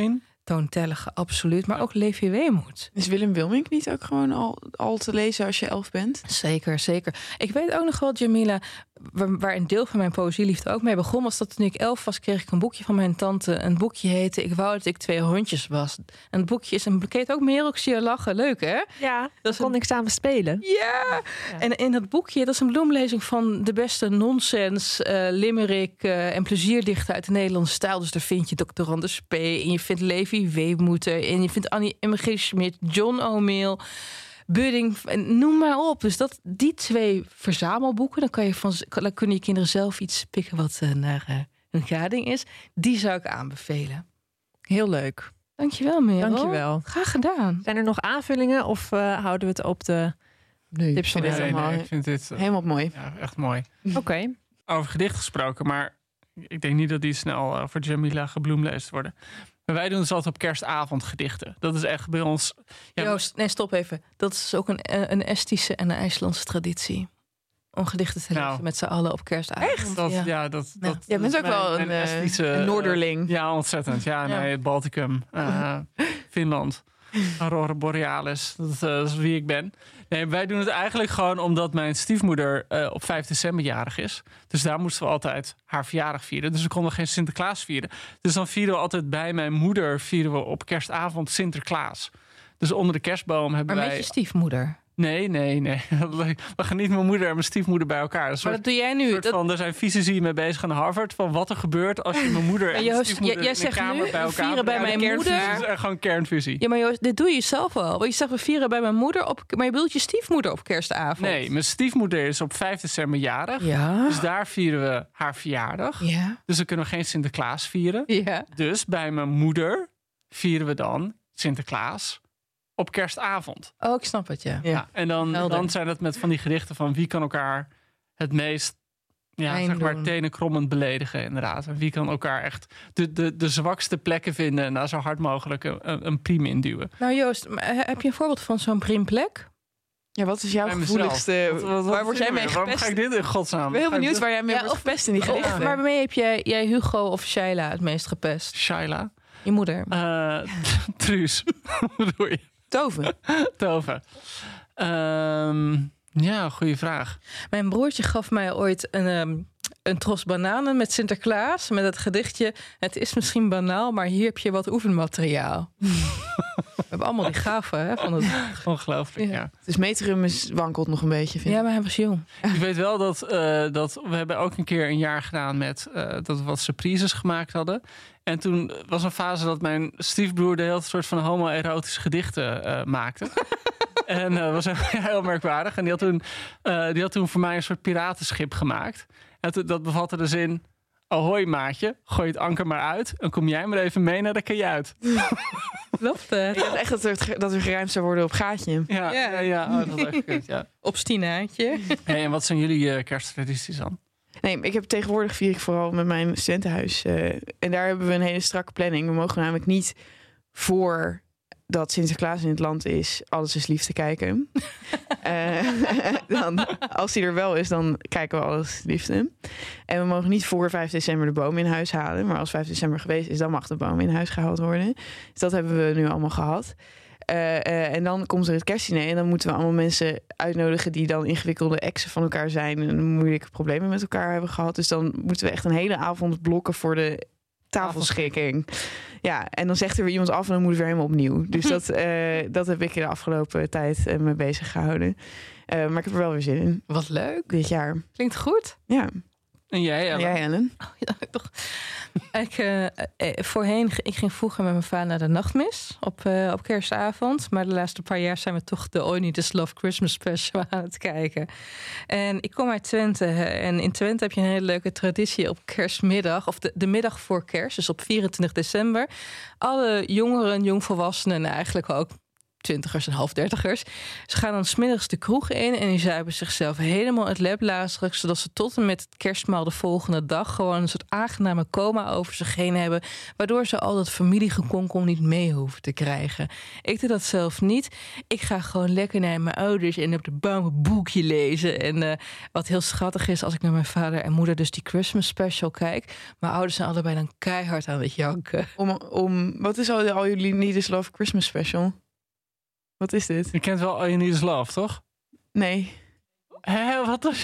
toontellige, absoluut. Maar ook Levi Weemoed. Is Willem Wilmink niet ook gewoon al, al te lezen als je elf bent? Zeker, zeker. Ik weet ook nog wel, Jamila, waar, waar een deel van mijn poëzieliefde ook mee begon, was dat toen ik elf was, kreeg ik een boekje van mijn tante. Een boekje heette Ik wou dat ik twee hondjes was. En het boekje is een boeket ook meer. Ik zie je lachen. Leuk, hè? Ja, dat kon een... ik samen spelen. Ja. ja! En in dat boekje, dat is een bloemlezing van de beste nonsens, uh, limerick uh, en plezierdichten uit de Nederlandse stijl. Dus daar vind je dokter Anders P. en je vindt Levi Weemoed en je vindt Annie M G. Schmidt, John O'Mail, Budding, noem maar op. Dus dat, die twee verzamelboeken, dan, kan je van, dan kunnen je kinderen zelf iets pikken wat uh, naar uh, hun gading is. Die zou ik aanbevelen. Heel leuk. Dankjewel, Merel. Dankjewel. Graag gedaan. Zijn er nog aanvullingen of uh, houden we het op de nee, tips van nee, de nee, nee, ik vind dit uh, helemaal mooi. Ja, echt mooi. Oké. Okay. Over gedicht gesproken, maar ik denk niet dat die snel uh, voor Jamila gebloemleest worden. Maar wij doen dus altijd op kerstavond gedichten. Dat is echt bij ons... Ja, Joost, nee, stop even. Dat is ook een, een Estische en een IJslandse traditie. Om gedichten te lezen nou, met z'n allen op kerstavond. Echt? Dat, ja. ja, dat, ja. dat, Jij bent ook wel een, Estische, een Noorderling. Ja, ontzettend. Ja, ja. Nee, Balticum, uh, Finland, Aurora Borealis. Dat, uh, dat is wie ik ben. Nee, wij doen het eigenlijk gewoon omdat mijn stiefmoeder uh, op vijf december jarig is. Dus daar moesten we altijd haar verjaardag vieren. Dus we konden geen Sinterklaas vieren. Dus dan vieren we altijd bij mijn moeder vieren we op kerstavond Sinterklaas. Dus onder de kerstboom hebben maar wij... Maar met je stiefmoeder? Nee, nee, nee. We gaan niet mijn moeder en mijn stiefmoeder bij elkaar. Dat maar dat doe jij nu. Soort dat... van, er zijn fysici mee bezig aan Harvard van wat er gebeurt als je mijn moeder en mijn stiefmoeder jij in de kamer nu, bij elkaar vieren bij mijn moeder. Dat is echt gewoon kernfusie. Ja, maar Joost, dit doe je zelf wel. Want je zegt we vieren bij mijn moeder op, maar je bedoelt je stiefmoeder op kerstavond. Nee, mijn stiefmoeder is op vijf december jarig. Ja. Dus daar vieren we haar verjaardag. Ja. Dus dan kunnen we geen Sinterklaas vieren. Ja. Dus bij mijn moeder vieren we dan Sinterklaas op kerstavond. Oh, ik snap het, ja. ja. ja en dan, dan zijn het met van die gedichten van wie kan elkaar het meest ja, zeg maar, tenenkrommend beledigen, inderdaad. En wie kan elkaar echt de, de, de zwakste plekken vinden en daar zo hard mogelijk een, een priem induwen. Nou Joost, heb je een voorbeeld van zo'n priemplek? Ja, wat is jouw gevoeligste... Wat, wat, wat waar word jij mee gepest? Waarom ga ik dit in godsnaam? Ik ben heel benieuwd waar jij mee ja, wordt gepest in die gedichten. Of waarmee heb jij, jij Hugo of Shaila het meest gepest? Shaila? Je moeder. Uh, Truus. Hoe bedoel je? Toven. Toven. Um, ja, goede vraag. Mijn broertje gaf mij ooit een, um, een tros bananen met Sinterklaas. Met het gedichtje, het is misschien banaal, maar hier heb je wat oefenmateriaal. We hebben allemaal die gaven, hè? Van het... Ongelooflijk, ja. ja. Dus Metrum is wankelt nog een beetje, vind ik. Ja, maar hij was jong. Ik weet wel dat, uh, dat we hebben ook een keer een jaar gedaan met uh, dat we wat surprises gemaakt hadden. En toen was een fase dat mijn stiefbroer de hele soort van homoerotische gedichten uh, maakte. En dat uh, was heel merkwaardig. En die had, toen, uh, die had toen voor mij een soort piratenschip gemaakt. En to, dat bevatte de zin... Ahoy maatje, gooi het anker maar uit... en kom jij maar even mee naar de kajuit. Klopt het. Ik dacht echt dat er, dat er geruimd zou worden op gaatje. Ja, ja, ja, ja. Oh, dat was echt goed, ja. Op stinaatje. Hey, en wat zijn jullie uh, kersttradities dan? Nee, ik heb tegenwoordig vier ik vooral met mijn studentenhuis. Uh, en daar hebben we een hele strakke planning. We mogen namelijk niet voor... dat Sinterklaas in het land is, alles is lief te kijken. uh, dan, als hij er wel is, dan kijken we alles liefde. En we mogen niet voor vijf december de boom in huis halen. Maar als vijf december geweest is, dan mag de boom in huis gehaald worden. Dus dat hebben we nu allemaal gehad. Uh, uh, en dan komt er het kerstdiner. En dan moeten we allemaal mensen uitnodigen die dan ingewikkelde exen van elkaar zijn. En moeilijke problemen met elkaar hebben gehad. Dus dan moeten we echt een hele avond blokken voor de tafelschikking. Ja, en dan zegt er weer iemand af en dan moet het weer helemaal opnieuw. Dus dat, uh, dat heb ik in de afgelopen tijd uh, mee bezig gehouden. Uh, maar ik heb er wel weer zin in. Wat leuk. Dit jaar. Klinkt goed. Ja. En jij, Ellen? En jij, Ellen? Oh, ja, toch. Ik, uh, voorheen, ik ging vroeger met mijn vader naar de nachtmis op, uh, op kerstavond. Maar de laatste paar jaar zijn we toch de Only This Love Christmas Special aan het kijken. En ik kom uit Twente. En in Twente heb je een hele leuke traditie op kerstmiddag. Of de, de middag voor kerst, dus op vierentwintig december. Alle jongeren, jongvolwassenen en eigenlijk ook twintigers en half dertigers. Ze gaan dan 's middags de kroeg in en die zuipen zichzelf helemaal het leplazig, zodat ze tot en met het kerstmaal de volgende dag gewoon een soort aangename coma over zich heen hebben, waardoor ze al dat familiegekonkel niet mee hoeven te krijgen. Ik doe dat zelf niet. Ik ga gewoon lekker naar mijn ouders en op de bank een boekje lezen. En uh, wat heel schattig is, als ik naar mijn vader en moeder dus die Christmas special kijk, mijn ouders zijn allebei dan keihard aan het janken. Om, om, wat is al de All You Need Is Love Christmas special? Wat is dit? Je kent wel All You Need Is Love, toch? Nee. Hé, wat is...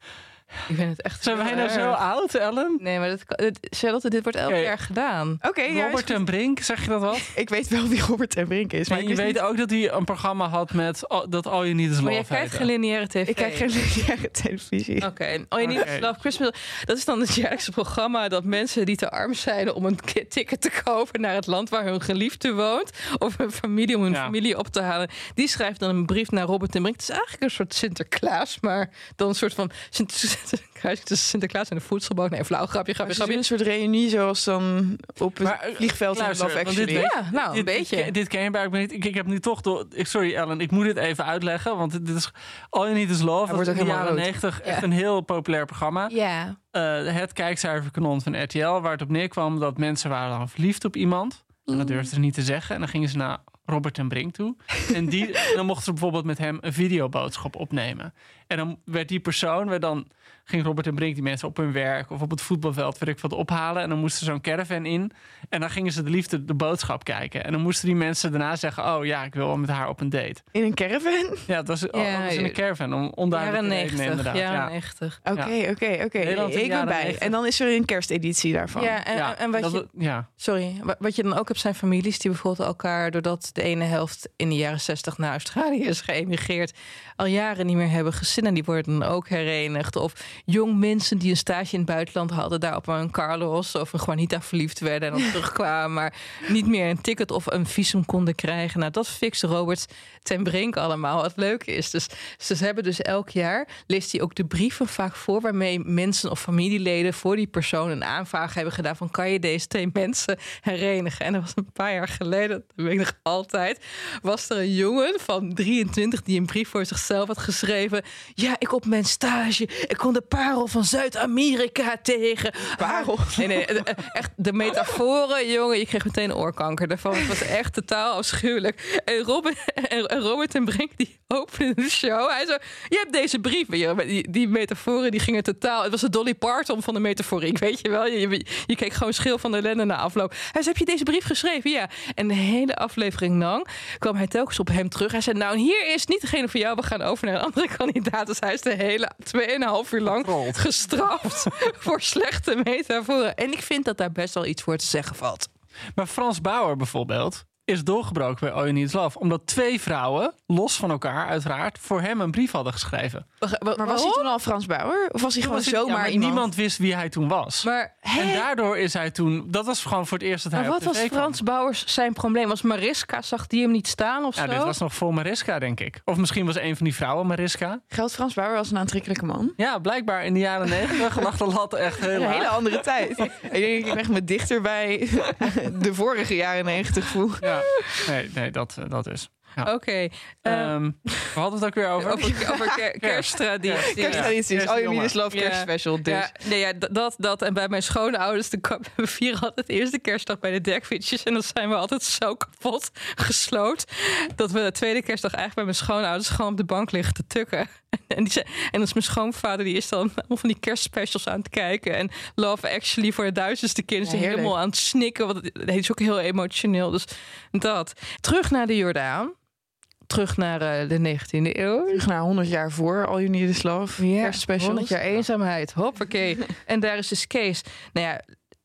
Ik vind het echt. Zijn wij nou zo oud, Ellen? Nee, maar dat, dit, Charlotte, dit wordt elk Okay. jaar gedaan. Oké, okay, Robert ja, en Brink, zeg je dat wat? Ik weet wel wie Robert en Brink is. Maar en ik je weet niet... ook dat hij een programma had met dat All You Need Is Love. Maar jij kijkt geen lineaire tv. Ik kijk geen lineaire televisie. Oké, okay. All You Need Is Love Christmas. Dat is dan het jaarlijkse programma dat mensen die te arm zijn om een ticket te kopen naar het land waar hun geliefde woont, of hun familie om hun ja. familie op te halen, die schrijft dan een brief naar Robert en Brink. Het is eigenlijk een soort Sinterklaas, maar dan een soort van Sinterklaas. Sinterklaas en de voedselboot. Nee, flauw grapje, grapje, grapje. Een soort reunie zoals dan op het maar, vliegveld in Love Actually. Dit, ja, nou, dit, een beetje. Dit, dit ken je bij ik, niet. Ik, ik heb nu toch... Door, ik, sorry Ellen, ik moet dit even uitleggen. Want dit is All You Need Is Love. Dat is in de jaren negentig echt ja. een heel populair programma. Ja. Uh, het kijkcijferkanon van R T L. Waar het op neerkwam dat mensen waren dan verliefd op iemand. En dat durfden ze niet te zeggen. En dan gingen ze naar Robert en Brink toe. En, die, en dan mochten ze bijvoorbeeld met hem een videoboodschap opnemen. En dan werd die persoon... Werd dan, ging Robert en Brink die mensen op hun werk of op het voetbalveld, weet ik wat, ophalen. En dan moesten ze zo'n caravan in. En dan gingen ze de liefde de boodschap kijken. En dan moesten die mensen daarna zeggen, oh ja, ik wil wel met haar op een date. In een caravan? Ja, dat was, oh, ja, was in een caravan. Om onduidelijke redenen inderdaad. Jaren negentig. Oké, oké, oké. Ik ben bij. En dan is er een kersteditie daarvan. Ja, en, ja, en wat dat, je... Ja. Sorry, wat je dan ook hebt zijn families die bijvoorbeeld elkaar, doordat de ene helft in de jaren zestig naar Australië is geëmigreerd, al jaren niet meer hebben gezien en die worden dan ook herenigd. Of jong mensen die een stage in het buitenland hadden, daar op een Carlos of een Juanita verliefd werden en dan terugkwamen, maar niet meer een ticket of een visum konden krijgen. Nou, dat fixt Robert ten Brink allemaal. Wat leuk is. Dus ze hebben dus elk jaar, leest hij ook de brieven vaak voor, waarmee mensen of familieleden voor die persoon een aanvraag hebben gedaan van, kan je deze twee mensen herenigen? En dat was een paar jaar geleden, dat weet ik nog altijd, was er een jongen van drieëntwintig die een brief voor zichzelf had geschreven. Ja, ik op mijn stage, ik kon de parel van Zuid-Amerika tegen. Parel? Nee, nee, echt de metaforen, jongen, je kreeg meteen oorkanker daarvan. Het was echt totaal afschuwelijk. En Robert en Robert en Brink, die openden de show. Hij zo, je hebt deze brief. Die, die metaforen, die gingen totaal... Het was de Dolly Parton van de metaforiek, weet je wel. Je, je, je keek gewoon schil van de ellende na afloop. Hij zei, heb je deze brief geschreven? Ja. En de hele aflevering lang kwam hij telkens op hem terug. Hij zei, nou, hier is niet degene voor jou. We gaan over naar een andere kandidaat. Dus hij is de hele tweeënhalf uur lang gestraft voor slechte metaforen. En ik vind dat daar best wel iets voor te zeggen valt. Maar Frans Bauer bijvoorbeeld is doorgebroken bij All You Need Is Love, omdat twee vrouwen, los van elkaar uiteraard, voor hem een brief hadden geschreven. Maar, maar was hij toen al Frans Bauer? Of was hij gewoon zomaar ja, iemand? Niemand wist wie hij toen was. Maar, en daardoor is hij toen... Dat was gewoon voor het eerst dat hij maar op wat tv was Frans kwam. Bauers zijn probleem? Was Mariska, zag die hem niet staan of ja, zo? Dit was nog voor Mariska, denk ik. Of misschien was een van die vrouwen Mariska. Geldt Frans Bauer als een aantrekkelijke man? Ja, blijkbaar in de jaren negentig lag de lat echt heel Een laag. hele andere tijd. Ik denk dat ik echt me dichter bij de vorige jaren negentig voel. Ja, nee, nee dat, dat is. Ja. Oké. Okay, uh, um, we hadden het ook weer over. Over, over ker- kersttradities. Kersttradities. All You Need Is Love kerst special. Dus. Ja, nee, ja, dat, dat. En bij mijn schoonouders, we vieren altijd de eerste kerstdag bij de dekfietsjes. En dan zijn we altijd zo kapot gesloot, dat we de tweede kerstdag eigenlijk bij mijn schoonouders gewoon op de bank liggen te tukken. En, die, en dan is mijn schoonvader, die is dan allemaal van die kerstspecials aan het kijken. En Love Actually voor de duizendste keer. Dus ja, helemaal aan het snikken. Want het, het is ook heel emotioneel. Dus dat. Terug naar de Jordaan. Terug naar uh, de negentiende eeuw. Terug naar honderd jaar voor All You Need Is Love. Ja, kerstspecials. honderd jaar eenzaamheid. Hoppakee. En daar is dus Kees. Nou ja,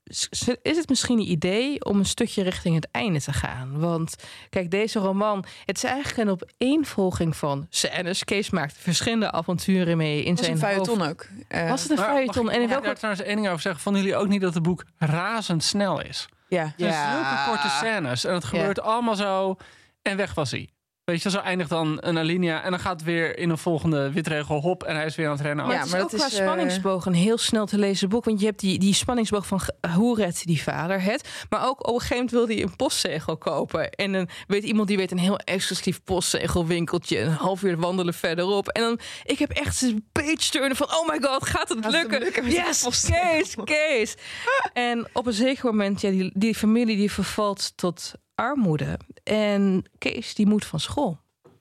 is het misschien een idee om een stukje richting het einde te gaan? Want kijk, deze roman, het is eigenlijk een opeenvolging van scènes. Kees maakt verschillende avonturen mee in was zijn een feuilleton hoofd. ook. Uh, Was het een feuilleton? En ik wil daar trouwens één ding over zeggen. Vonden jullie ook niet dat het boek razendsnel is? Ja. Het zijn ja. zulke korte scènes. En het gebeurt ja. allemaal zo. En weg was hij. Weet je, zo eindigt dan een alinea en dan gaat het weer in een volgende witregel hop en hij is weer aan het rennen. Maar Ja, het is maar ook dat qua is, uh, spanningsboog een heel snel te lezen boek. Want je hebt die, die spanningsboog van hoe redt die vader het. Maar ook op een gegeven moment wil hij een postzegel kopen. En dan weet iemand die weet een heel exclusief postzegelwinkeltje. Een half uur wandelen verderop. En dan, ik heb echt een page turnen van oh my god, gaat het Gaat het lukken? lukken met die Yes, postzegel? Kees, Kees. En op een zeker moment, ja, die, die familie die vervalt tot armoede. En Kees die moet van school.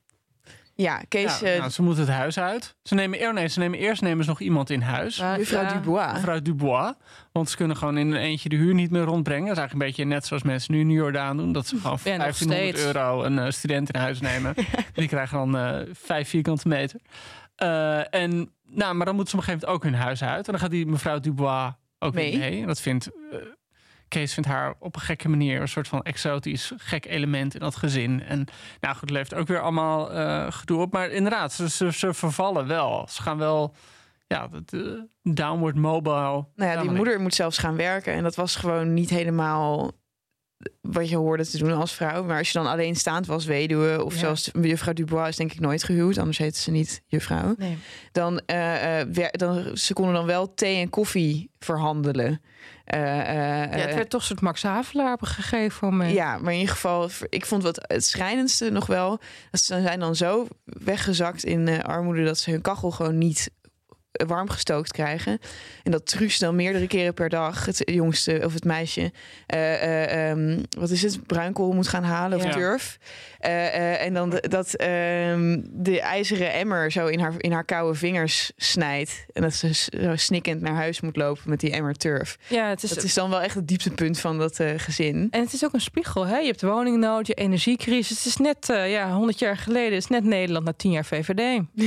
Ja, Kees, Ja, uh, nou, ze moeten het huis uit. Ze nemen, eer, nee, ze nemen eerst nemen ze nog iemand in huis. Maar, juffrouw ja, Dubois. Mevrouw Dubois. Want ze kunnen gewoon in een eentje de huur niet meer rondbrengen. Dat is eigenlijk een beetje net zoals mensen nu in Jordaan doen. Dat ze gewoon Ja, nog vijftienhonderd steeds. euro een uh, student in huis nemen. Die krijgen dan uh, vijf vierkante meter. Uh, en, nou, maar dan moeten ze op een gegeven moment ook hun huis uit. En dan gaat die mevrouw Dubois ook Mee. mee. mee. En dat vindt... Uh, Kees vindt haar op een gekke manier een soort van exotisch gek element in dat gezin. En nou goed, het levert ook weer allemaal uh, gedoe op. Maar inderdaad, ze, ze, ze vervallen wel. Ze gaan wel, ja, het uh, downward mobile. nou ja, die samenleving. moeder moet zelfs gaan werken. En dat was gewoon niet helemaal wat je hoorde te doen als vrouw. Maar als je dan alleenstaand was, weduwe... of Ja. zelfs juffrouw Dubois is denk ik nooit gehuwd. Anders heette ze niet juffrouw. Nee. Dan, uh, uh, wer- dan ze konden dan wel thee en koffie verhandelen. Uh, uh, Ja, het werd toch een soort Max Havelaar op een gegeven moment. Ja, maar in ieder geval, ik vond wat het schrijnendste nog wel. Dat ze zijn dan zo weggezakt in uh, armoede dat ze hun kachel gewoon niet warm gestookt krijgen. En dat Truus dan meerdere keren per dag, het jongste of het meisje, uh, uh, um, wat is het, bruinkool moet gaan halen of Ja. turf. Uh, uh, en dan de, dat um, de ijzeren emmer zo in haar, in haar koude vingers snijdt. En dat ze zo snikkend naar huis moet lopen met die emmer turf. Ja, het is, Dat is dan wel echt het dieptepunt van dat uh, gezin. En het is ook een spiegel. Hè? Je hebt woningnood, je energiecrisis. Het is net uh, ja, honderd jaar geleden. Het is net Nederland na tien jaar V V D.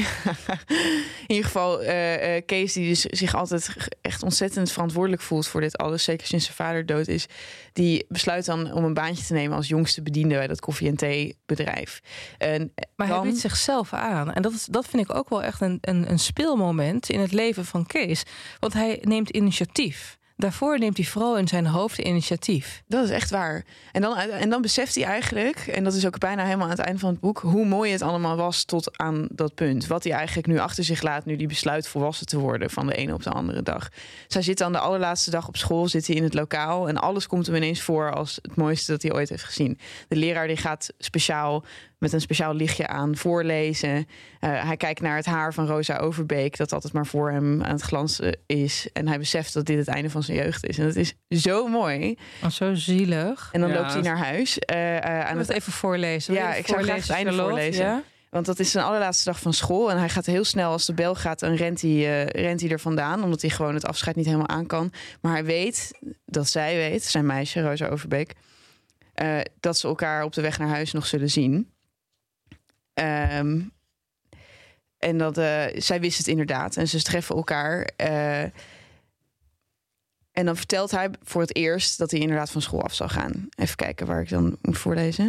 In ieder geval, uh, uh, Kees, die dus zich altijd echt ontzettend verantwoordelijk voelt voor dit alles, zeker sinds zijn vader dood is, die besluit dan om een baantje te nemen als jongste bediende bij dat koffie- en theebedrijf. En Maar dan, hij biedt zichzelf aan. En dat, is, dat vind ik ook wel echt een, een, een speelmoment in het leven van Kees. Want hij neemt initiatief. Daarvoor neemt hij vooral in zijn hoofd initiatief. Dat is echt waar. En dan, en dan beseft hij eigenlijk, en dat is ook bijna helemaal aan het einde van het boek, hoe mooi het allemaal was tot aan dat punt. Wat hij eigenlijk nu achter zich laat, nu die besluit volwassen te worden van de ene op de andere dag. Zij zit dan de allerlaatste dag op school, zit hij in het lokaal en alles komt hem ineens voor als het mooiste dat hij ooit heeft gezien. De leraar die gaat speciaal met een speciaal lichtje aan voorlezen. Uh, hij kijkt naar het haar van Rosa Overbeek, dat altijd maar voor hem aan het glanzen is. En hij beseft dat dit het einde van zijn jeugd is. En dat is zo mooi. Oh, zo zielig. En dan Ja, loopt hij dat- naar huis. Uh, uh, aan Aan het, het even voorlezen. Wil Ja, je ik zou graag het einde Charlotte? voorlezen. Ja? want dat is zijn allerlaatste dag van school. En hij gaat heel snel, als de bel gaat, dan rent hij, uh, rent hij er vandaan. Omdat hij gewoon het afscheid niet helemaal aan kan. Maar hij weet, dat zij weet, zijn meisje, Rosa Overbeek, uh, dat ze elkaar op de weg naar huis nog zullen zien. Um, en dat uh, zij wist het inderdaad. En ze treffen elkaar. Uh, en dan vertelt hij voor het eerst dat hij inderdaad van school af zal gaan. Even kijken waar ik dan moet voorlezen.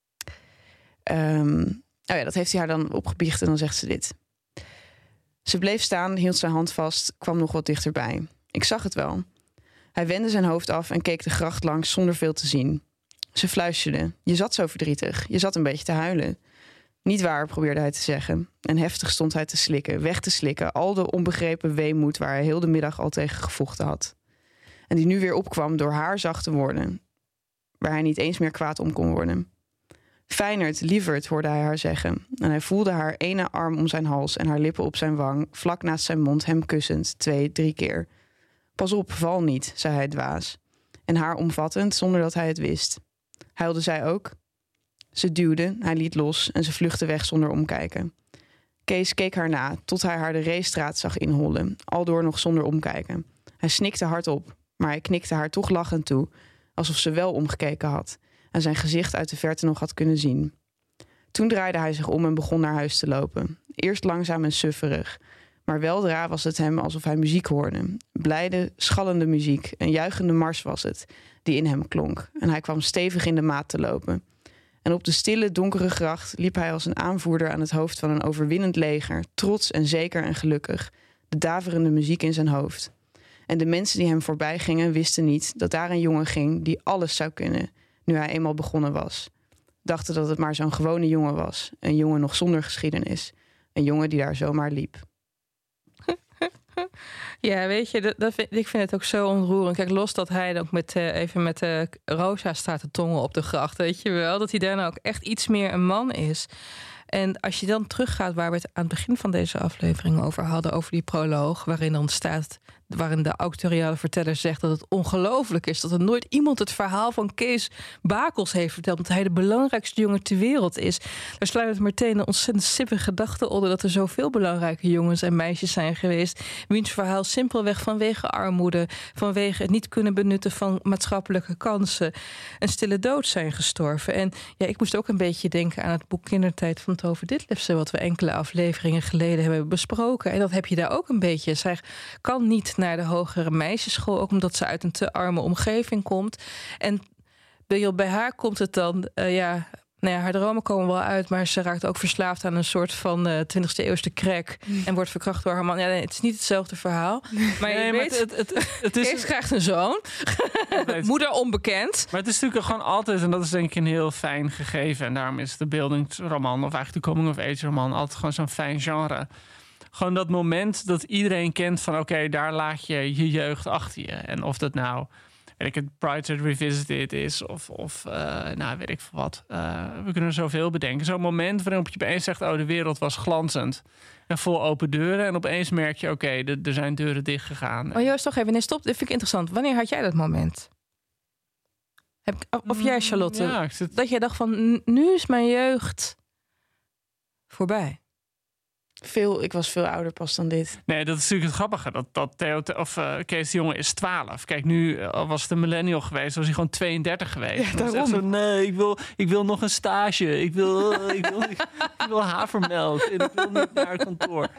Um, oh ja, dat heeft hij haar dan opgebiecht en dan zegt ze dit. Ze bleef staan, hield zijn hand vast, kwam nog wat dichterbij. Ik zag het wel. Hij wendde zijn hoofd af en keek de gracht langs zonder veel te zien. Ze fluisterde. Je zat zo verdrietig. Je zat een beetje te huilen. Niet waar, probeerde hij te zeggen. En heftig stond hij te slikken, weg te slikken. Al de onbegrepen weemoed waar hij heel de middag al tegen gevochten had. En die nu weer opkwam door haar zachte woorden. Waar hij niet eens meer kwaad om kon worden. Fijnerd, lieverd, hoorde hij haar zeggen. En hij voelde haar ene arm om zijn hals en haar lippen op zijn wang, vlak naast zijn mond hem kussend, twee, drie keer. Pas op, val niet, zei hij dwaas. En haar omvattend, zonder dat hij het wist. Huilde zij ook? Ze duwde, hij liet los en ze vluchtte weg zonder omkijken. Kees keek haar na, tot hij haar de Reestraat zag inhollen, aldoor nog zonder omkijken. Hij snikte hardop, maar hij knikte haar toch lachend toe, alsof ze wel omgekeken had en zijn gezicht uit de verte nog had kunnen zien. Toen draaide hij zich om en begon naar huis te lopen. Eerst langzaam en sufferig, maar weldra was het hem alsof hij muziek hoorde. Blijde, schallende muziek, een juichende mars was het, die in hem klonk. En hij kwam stevig in de maat te lopen. En op de stille, donkere gracht liep hij als een aanvoerder aan het hoofd van een overwinnend leger, trots en zeker en gelukkig, de daverende muziek in zijn hoofd. En de mensen die hem voorbij gingen wisten niet dat daar een jongen ging die alles zou kunnen, nu hij eenmaal begonnen was. dachten dat het maar zo'n gewone jongen was. Een jongen nog zonder geschiedenis. Een jongen die daar zomaar liep. Ja, weet je, dat, dat vind, ik vind het ook zo ontroerend. Kijk, los dat hij ook met, uh, even met uh, Rosa staat te tongen op de gracht, weet je wel. Dat hij daarna ook echt iets meer een man is. En als je dan teruggaat waar we het aan het begin van deze aflevering over hadden, over die proloog, waarin dan staat, waarin de autoriale verteller zegt dat het ongelooflijk is dat er nooit iemand het verhaal van Kees Bakels heeft verteld, omdat hij de belangrijkste jongen ter wereld is. Daar sluit het meteen een ontzettend sippe gedachte onder dat er zoveel belangrijke jongens en meisjes zijn geweest, wiens verhaal simpelweg vanwege armoede, vanwege het niet kunnen benutten van maatschappelijke kansen, een stille dood zijn gestorven. En ja, ik moest ook een beetje denken aan het boek Kindertijd van Tove Ditlevsen, wat we enkele afleveringen geleden hebben besproken. En dat heb je daar ook een beetje. Zij kan niet naar de hogere meisjesschool, ook omdat ze uit een te arme omgeving komt. En bij haar komt het dan, uh, ja, nou ja, haar dromen komen wel uit, maar ze raakt ook verslaafd aan een soort van uh, twintigste eeuwse crack en wordt verkracht door haar man. Ja, nee, het is niet hetzelfde verhaal. Maar nee, je maar weet, het, het, het, het is... Kees krijgt een zoon. Moeder onbekend. Maar het is natuurlijk gewoon altijd, en dat is denk ik een heel fijn gegeven, en daarom is de beeldingsroman, of eigenlijk de coming-of-age roman, altijd gewoon zo'n fijn genre. Gewoon dat moment dat iedereen kent van oké, okay, daar laat je je jeugd achter je. En of dat nou, weet ik het, Brighter Revisited is of, of uh, nou weet ik veel wat. Uh, we kunnen zoveel bedenken. Zo'n moment waarop je opeens zegt, oh, de wereld was glanzend en vol open deuren. En opeens merk je, oké, okay, er zijn deuren dicht gegaan. Oh Joost, toch even, nee, stop, dit vind ik interessant. Wanneer had jij dat moment? Heb, of jij, Charlotte, ja, ik zit... dat jij dacht van, nu is mijn jeugd voorbij? Veel, ik was veel ouder pas dan dit. Nee, dat is natuurlijk het grappige. Dat, dat Theo, of uh, Kees de Jonge is twaalf. Kijk, nu uh, was het een millennial geweest, was hij gewoon tweeëndertig geweest. Ja, daarom. Zo, nee, ik wil, ik wil nog een stage. Ik wil, uh, ik wil, ik, ik wil havermelk. En ik wil niet naar het kantoor.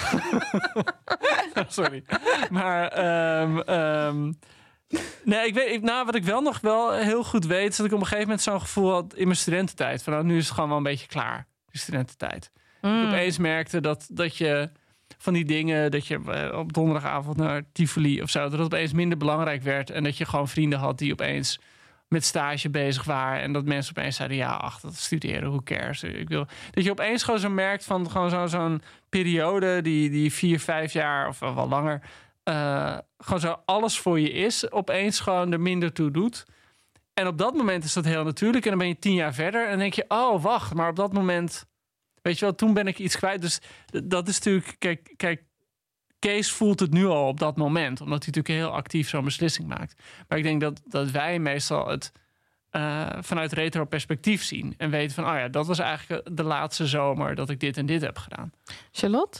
Sorry. Maar, um, um, nee, ik weet, ik, nou, wat ik wel nog wel heel goed weet, is dat ik op een gegeven moment zo'n gevoel had in mijn studententijd. Van, nou, nu is het gewoon wel een beetje klaar, die studententijd. Mm. Ik opeens merkte dat, dat je van die dingen, dat je op donderdagavond naar Tivoli of zo, dat het opeens minder belangrijk werd. En dat je gewoon vrienden had die opeens met stage bezig waren. En dat mensen opeens zeiden, ja, ach, dat studeren, who cares? Ik wil, dat je opeens gewoon zo merkt van gewoon zo, zo'n periode die, die vier, vijf jaar of wel langer, uh, gewoon zo alles voor je is, opeens gewoon er minder toe doet. En op dat moment is dat heel natuurlijk. En dan ben je tien jaar verder en dan denk je, oh, wacht, maar op dat moment, weet je wel, toen ben ik iets kwijt. Dus dat is natuurlijk, kijk, kijk, Kees voelt het nu al op dat moment, omdat hij natuurlijk heel actief zo'n beslissing maakt. Maar ik denk dat, dat wij meestal het uh, vanuit retro perspectief zien en weten van, oh ja, dat was eigenlijk de laatste zomer dat ik dit en dit heb gedaan. Charlotte?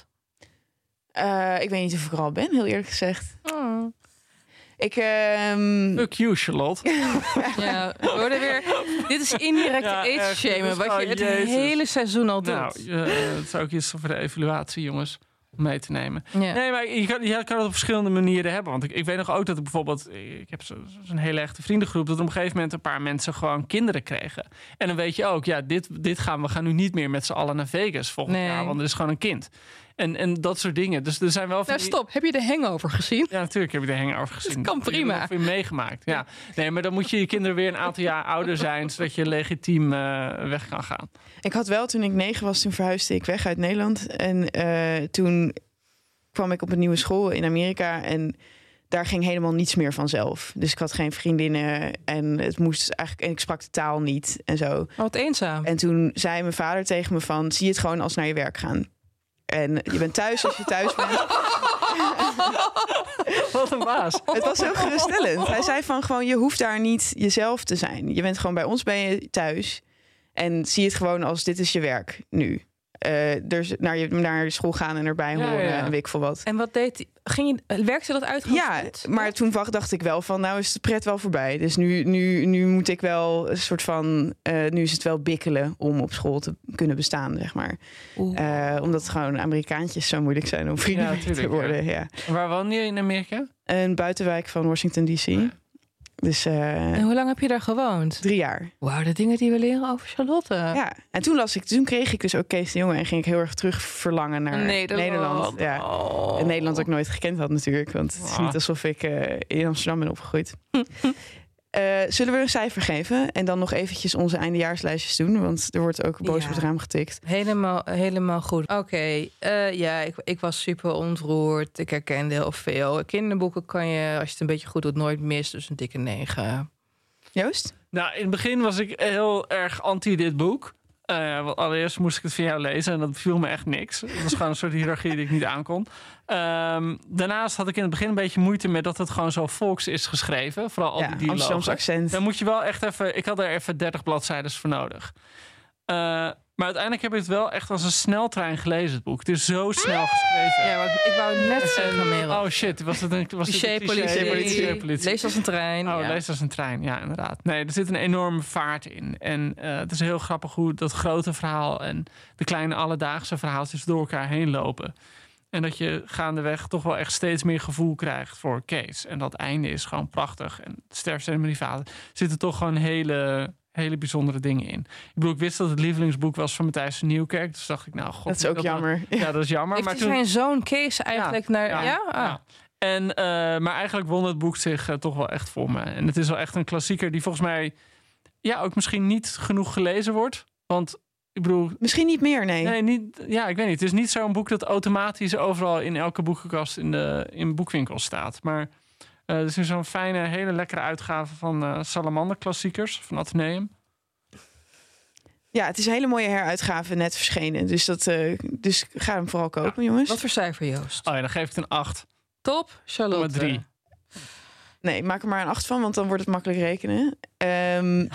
Uh, ik weet niet of ik er al ben, heel eerlijk gezegd. Oh. Ik, um... Fuck you, Charlotte. Ja, we worden weer. Dit is indirecte ja, age-shamen, wat je het Jezus. hele seizoen al doet. Nou, uh, het zou ook iets voor de evaluatie, jongens, om mee te nemen. Ja. Nee, maar je kan, je kan het op verschillende manieren hebben. Want ik, ik weet nog ook dat ik bijvoorbeeld, ik heb zo'n zo hele echte vriendengroep, dat op een gegeven moment een paar mensen gewoon kinderen kregen. En dan weet je ook, ja, dit, dit gaan we gaan nu niet meer met z'n allen naar Vegas volgend nee. jaar, want er is gewoon een kind. En, en dat soort dingen. Dus er zijn wel van nou, stop. Die... Heb je de Hangover gezien? Ja, natuurlijk heb je de Hangover gezien. Dat kan prima. Dat heb je meegemaakt. Ja. Nee, maar dan moet je je kinderen weer een aantal jaar ouder zijn, zodat je legitiem uh, weg kan gaan. Ik had wel, toen ik negen was, toen verhuisde ik weg uit Nederland. En uh, toen kwam ik op een nieuwe school in Amerika en daar ging helemaal niets meer vanzelf. Dus ik had geen vriendinnen en het moest eigenlijk, en ik sprak de taal niet en zo. Wat eenzaam. En toen zei mijn vader tegen me van, zie het gewoon als naar je werk gaan. En je bent thuis als je thuis bent. Wat een baas. Het was heel geruststellend. Hij zei van gewoon, je hoeft daar niet jezelf te zijn. Je bent gewoon bij ons ben je thuis. En zie het gewoon als dit is je werk nu. Uh, dus naar je naar je school gaan en erbij ja, horen ja. en weet ik veel wat. En wat deed hij? Ging je, werkte dat uit? Ja, maar toen dacht ik wel van, nou is de pret wel voorbij. Dus nu, nu, nu moet ik wel een soort van, uh, nu is het wel bikkelen om op school te kunnen bestaan, zeg maar. Uh, omdat gewoon Amerikaantjes zo moeilijk zijn om vrienden ja, tuurlijk, te worden. Ja. Ja. Waar woon je in Amerika? Een buitenwijk van Washington D C. Ja. Dus, uh, en hoe lang heb je daar gewoond? Drie jaar. Wauw, de dingen die we leren over Charlotte. Ja, en toen las ik, toen kreeg ik dus ook Kees de Jonge en ging ik heel erg terug verlangen naar Nederland. Nederland. Ja. Oh. En Nederland ook nooit gekend had natuurlijk, want het is niet alsof ik uh, in Amsterdam ben opgegroeid. Uh, zullen we een cijfer geven? En dan nog eventjes onze eindejaarslijstjes doen. Want er wordt ook boos Ja. op het raam getikt. Helemaal, helemaal goed. Oké, okay, uh, ja, ik, ik was super ontroerd. Ik herkende heel veel. Kinderboeken kan je, als je het een beetje goed doet, nooit mis. Dus een dikke negen. Joost? Nou, in het begin was ik heel erg anti dit boek. Uh, want allereerst moest ik het van jou lezen en dat viel me echt niks. Het was gewoon een soort hiërarchie die ik niet aankon. Um, daarnaast had ik in het begin een beetje moeite met dat het gewoon zo volks is geschreven. Vooral al ja, die dialogen. Amsterdamse accent. Dan moet je wel echt even... Ik had er even dertig bladzijden voor nodig. Uh, maar uiteindelijk heb ik het wel echt als een sneltrein gelezen, het boek. Het is zo snel geschreven. Ja, maar ik wou net zeggen, Merel. Oh shit, was het een was cliché, het een cliché, politie. politie, politie. Lees als een trein. Oh, ja. lees als een trein, ja, inderdaad. Nee, er zit een enorme vaart in. En uh, het is heel grappig hoe dat grote verhaal en de kleine alledaagse verhaaltjes door elkaar heen lopen. En dat je gaandeweg toch wel echt steeds meer gevoel krijgt voor Kees. En dat einde is gewoon prachtig. En het sterfsteen van die vader. Er zitten toch gewoon hele... hele bijzondere dingen in. Ik bedoel, ik wist dat het lievelingsboek was van Matthijs van Nieuwkerk. Dus dacht ik, nou, god. Dat is ook dat jammer. Dan, ja, dat is jammer. Heeft maar hij toen, zijn zoon Kees eigenlijk ja, naar... Ja, ja? Ah. ja. En, uh, maar eigenlijk won het boek zich uh, toch wel echt voor me. En het is wel echt een klassieker die volgens mij... ja, ook misschien niet genoeg gelezen wordt. Want, ik bedoel... Misschien niet meer, nee. Nee, niet, ja, ik weet niet. Het is niet zo'n boek dat automatisch overal in elke boekenkast in de in boekwinkels staat. Maar... Uh, er is zo'n fijne, hele lekkere uitgave van uh, Salamander Klassiekers van Atheneum. Ja, het is een hele mooie heruitgave net verschenen. Dus, dat, uh, dus ga hem vooral kopen, ja. jongens. Wat voor cijfer, Joost? Oh ja, dan geef ik het een acht. Top, Charlotte. drie. Nee, maak er maar een acht van, want dan wordt het makkelijk rekenen. Um,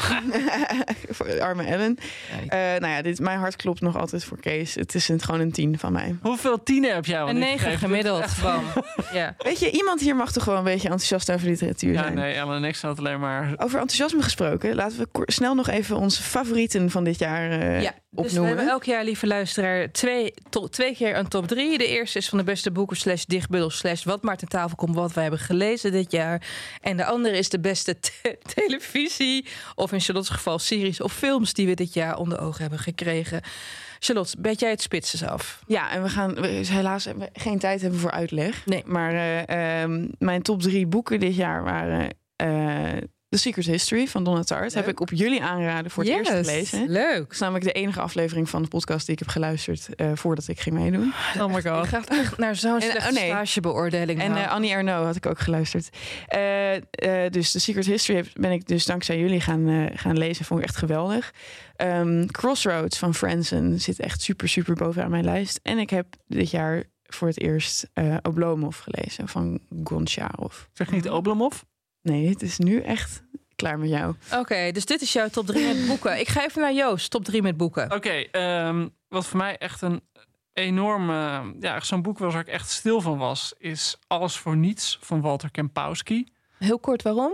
voor arme Ellen. Uh, nou ja, dit, mijn hart klopt nog altijd voor Kees. Het is een, gewoon een tien van mij. Hoeveel tienen heb jij al? Een negen gemiddeld. Bam. Ja. Weet je, iemand hier mag toch gewoon een beetje enthousiast over literatuur ja, zijn? Ja, nee, Ellen en ik zijn het alleen maar... Over enthousiasme gesproken, laten we snel nog even onze favorieten van dit jaar uh, ja, opnoemen. Dus we hebben elk jaar, lieve luisteraar, twee, to, twee keer een top drie. De eerste is van de beste boeken slash dichtbundel slash wat maar ten tafel komt wat wij hebben gelezen dit jaar. En de andere is de beste te- televisie of in Charlotte's geval series of films die we dit jaar onder ogen hebben gekregen. Charlotte, bet jij het spitses af? Ja, en we gaan we, helaas hebben we geen tijd hebben voor uitleg. Nee. Maar uh, um, mijn top drie boeken dit jaar waren uh, The Secret History van Donna Tartt. Heb ik op jullie aanraden voor het yes. eerst gelezen. Leuk. Dat is namelijk de enige aflevering van de podcast die ik heb geluisterd uh, voordat ik ging meedoen. Oh my god. Je gaat echt naar zo'n slechte oh nee. stagebeoordeling. En nou. uh, Annie Ernaux had ik ook geluisterd. Uh, uh, dus The Secret History heb, ben ik dus dankzij jullie gaan, uh, gaan lezen. Vond ik echt geweldig. Um, Crossroads van Franzen zit echt super, super bovenaan mijn lijst. En ik heb dit jaar voor het eerst uh, Oblomov gelezen van Goncharov. Zeg niet Oblomov? Nee, het is nu echt klaar met jou. Oké, okay, dus dit is jouw top drie met boeken. Ik ga even naar Joost, top drie met boeken. Oké, okay, um, wat voor mij echt een enorme... Ja, echt zo'n boek waar ik echt stil van was... is Alles voor Niets van Walter Kempowski. Heel kort, waarom?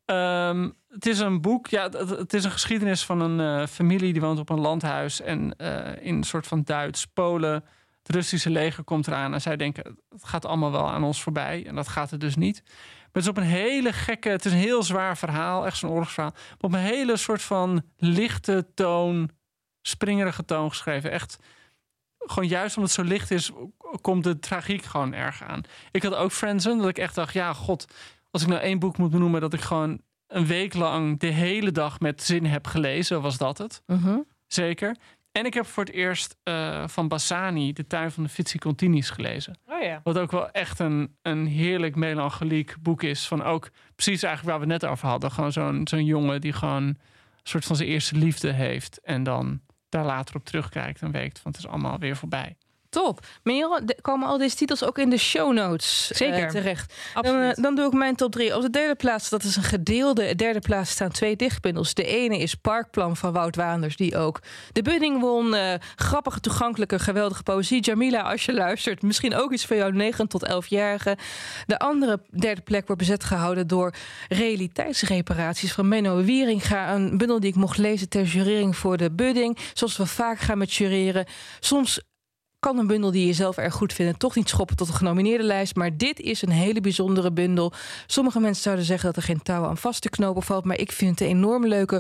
Um, het is een boek, ja, het, het is een geschiedenis van een uh, familie... die woont op een landhuis en uh, in een soort van Duits-Polen... het Russische leger komt eraan en zij denken... het gaat allemaal wel aan ons voorbij en dat gaat het dus niet... Maar het is op een hele gekke... Het is een heel zwaar verhaal, echt zo'n oorlogsverhaal. Maar op een hele soort van lichte toon, springerige toon geschreven. Echt, gewoon juist omdat het zo licht is, komt de tragiek gewoon erg aan. Ik had ook Franzen, dat ik echt dacht... ja, god, als ik nou één boek moet benoemen... dat ik gewoon een week lang de hele dag met zin heb gelezen... was dat het. Uh-huh. Zeker. En ik heb voor het eerst uh, van Bassani... De tuin van de Vizcontinis gelezen. Oh ja. Wat ook wel echt een, een heerlijk melancholiek boek is. Van ook precies eigenlijk waar we het net over hadden. Gewoon zo'n, zo'n jongen die gewoon een soort van zijn eerste liefde heeft. En dan daar later op terugkijkt en weet van het is allemaal weer voorbij. Top. Merel, komen al deze titels ook in de show notes Zeker. Uh, terecht? Dan, uh, dan doe ik mijn top drie. Op de derde plaats, dat is een gedeelde derde plaats, staan twee dichtbundels. De ene is Parkplan van Wout Waanders, die ook de Budding won. Uh, grappige, toegankelijke, geweldige poëzie. Jamila, als je luistert, misschien ook iets voor jouw negen tot elfjarigen. De andere derde plek wordt bezet gehouden door Realiteitsreparaties van Menno Wieringa. Een bundel die ik mocht lezen ter jurering voor de Budding. Zoals we vaak gaan met jureren. Soms kan een bundel die je zelf erg goed vindt toch niet schoppen tot een genomineerde lijst. Maar dit is een hele bijzondere bundel. Sommige mensen zouden zeggen dat er geen touw aan vast te knopen valt. Maar ik vind het een enorm leuke,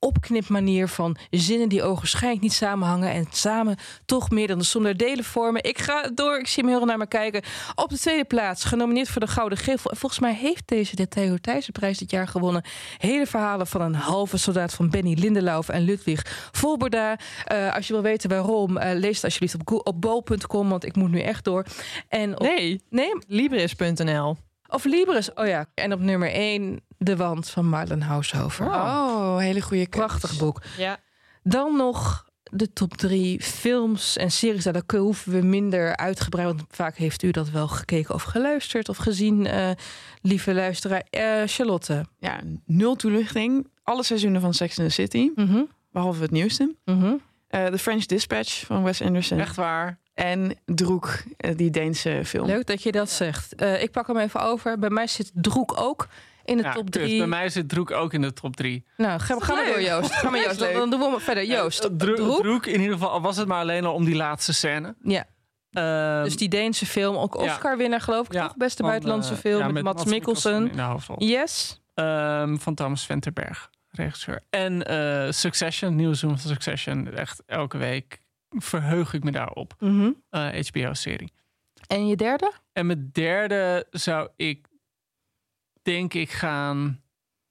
opknipmanier van zinnen die ogenschijnlijk niet samenhangen en samen toch meer dan de som der delen vormen. Ik ga door, ik zie hem heel erg naar me kijken. Op de tweede plaats, genomineerd voor de Gouden Griffel. En volgens mij heeft deze de Theo Thijssenprijs dit jaar gewonnen. Hele verhalen van een halve soldaat van Benny Lindelauw en Ludwig Volberda. Uh, als je wil weten waarom, uh, lees het alsjeblieft op, go- op bol punt com, want ik moet nu echt door. En op, Nee, nee, Libris punt n l. of Libris, oh ja. En op nummer één, De Wand van Marlen Haushofer. Oh, hele goede keus. Prachtig boek. Ja. Dan nog de top drie films en series. Daar hoeven we minder uitgebreid. Want vaak heeft u dat wel gekeken of geluisterd of gezien, uh, lieve luisteraar. Uh, Charlotte. Ja, nul toelichting. Alle seizoenen van Sex and the City. Mm-hmm. Behalve het nieuwste. Mm-hmm. Uh, The French Dispatch van Wes Anderson. Echt waar. En Droek, uh, die Deense film. Leuk dat je dat zegt. Uh, ik pak hem even over. Bij mij zit Droek ook in de Ja, top dus drie. bij mij zit Droek ook in de top drie. Nou, ga, ga maar door, Joost. Ga maar, Joost. Dan, dan doen we hem verder. Joost. Uh, Dro- Droek. Droek, in ieder geval, al was het maar alleen al om die laatste scène. Ja. Uh, Dus die Deense film, ook ja. Oscar-winnaar geloof ik, Ja, toch? Beste van, buitenlandse uh, film ja, met, Mats Mikkelsen. in de hoofdrol. Yes. Um, van Thomas Venterberg, regisseur. En uh, Succession, nieuwe seizoen van Succession. Echt elke week verheug ik me daarop. Mm-hmm. Uh, H B O-serie. En je derde? En mijn derde zou ik, denk ik, gaan...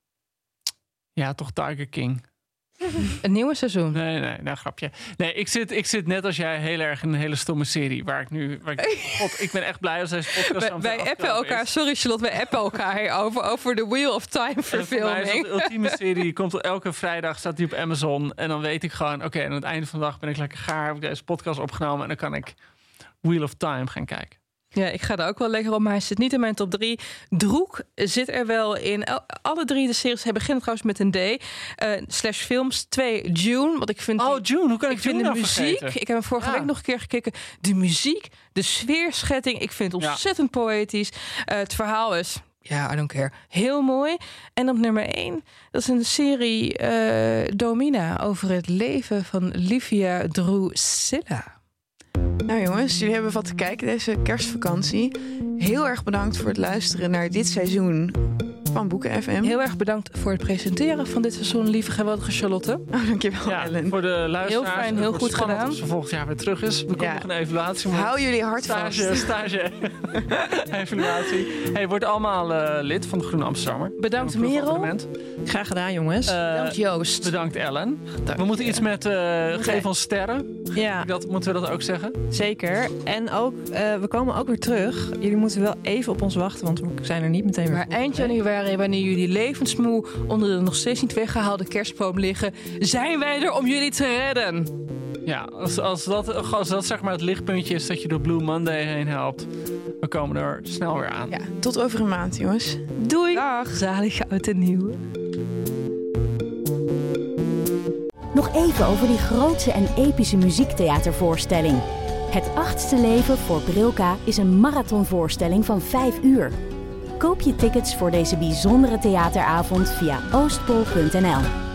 Ja, toch Tiger King. Een nieuwe seizoen. Nee, nee, nou grapje. Nee, ik zit, ik zit net als jij heel erg in een hele stomme serie. Waar ik nu... Waar ik, God, ik ben echt blij als deze podcast... Wij, wij appen elkaar, is. sorry Charlotte, wij appen elkaar over, over de Wheel of Time En voor mij is verfilming. dat de ultieme serie. Die komt elke vrijdag, staat die op Amazon. En dan weet ik gewoon, oké, okay, aan het einde van de dag ben ik lekker gaar. Heb ik deze podcast opgenomen en dan kan ik Wheel of Time gaan kijken. Ja, ik ga er ook wel lekker op, maar hij zit niet in mijn top drie. Droek zit er wel in. Alle drie de series, hij begint trouwens met een D. Uh, slash films. Twee, June. Want ik vind Oh, die, June, hoe kan ik, ik June vind de nou muziek. vergeten? Ik heb hem vorige Ja. week nog een keer gekeken. De muziek, de sfeerschetting. Ik vind het ontzettend ja. poëtisch. Uh, het verhaal is... Ja, I don't care. Heel mooi. En op nummer één, dat is een serie uh, Domina over het leven van Livia Drusilla. Nou jongens, jullie hebben wat te kijken deze kerstvakantie. Heel erg bedankt voor het luisteren naar dit seizoen van Boeken F M. Heel erg bedankt voor het presenteren van dit seizoen, lieve geweldige Charlotte. Oh, dankjewel, ja, Ellen. Voor de luisteraars. Heel fijn, heel goed gedaan. Als ze volgend jaar weer terug is. Er komt Ja. nog een evaluatie. Hou jullie hart Stage, vast. stage, evaluatie. Hey, wordt allemaal uh, lid van de Groene Amsterdammer. Bedankt Merel. Graag gedaan, jongens. Uh, Bedankt Joost. Bedankt Ellen. Dank we moeten je. iets met uh, Okay. geef ons sterren. Ja, Dat, moeten we dat ook zeggen? zeker. En ook, uh, we komen ook weer terug. Jullie moeten wel even op ons wachten, want we zijn er niet meteen weer. Maar eind januari, wanneer jullie levensmoe onder de nog steeds niet weggehaalde kerstboom liggen, zijn wij er om jullie te redden. Ja, als, als, dat, als dat zeg maar het lichtpuntje is dat je door Blue Monday heen helpt, we komen er snel weer aan. Ja, tot over een maand, jongens. Doei. Dag. Zalig oud en nieuw. Nog even over die grootse en epische muziektheatervoorstelling. Het achtste leven voor Brilka is een marathonvoorstelling van vijf uur. Koop je tickets voor deze bijzondere theateravond via oostpol punt n l.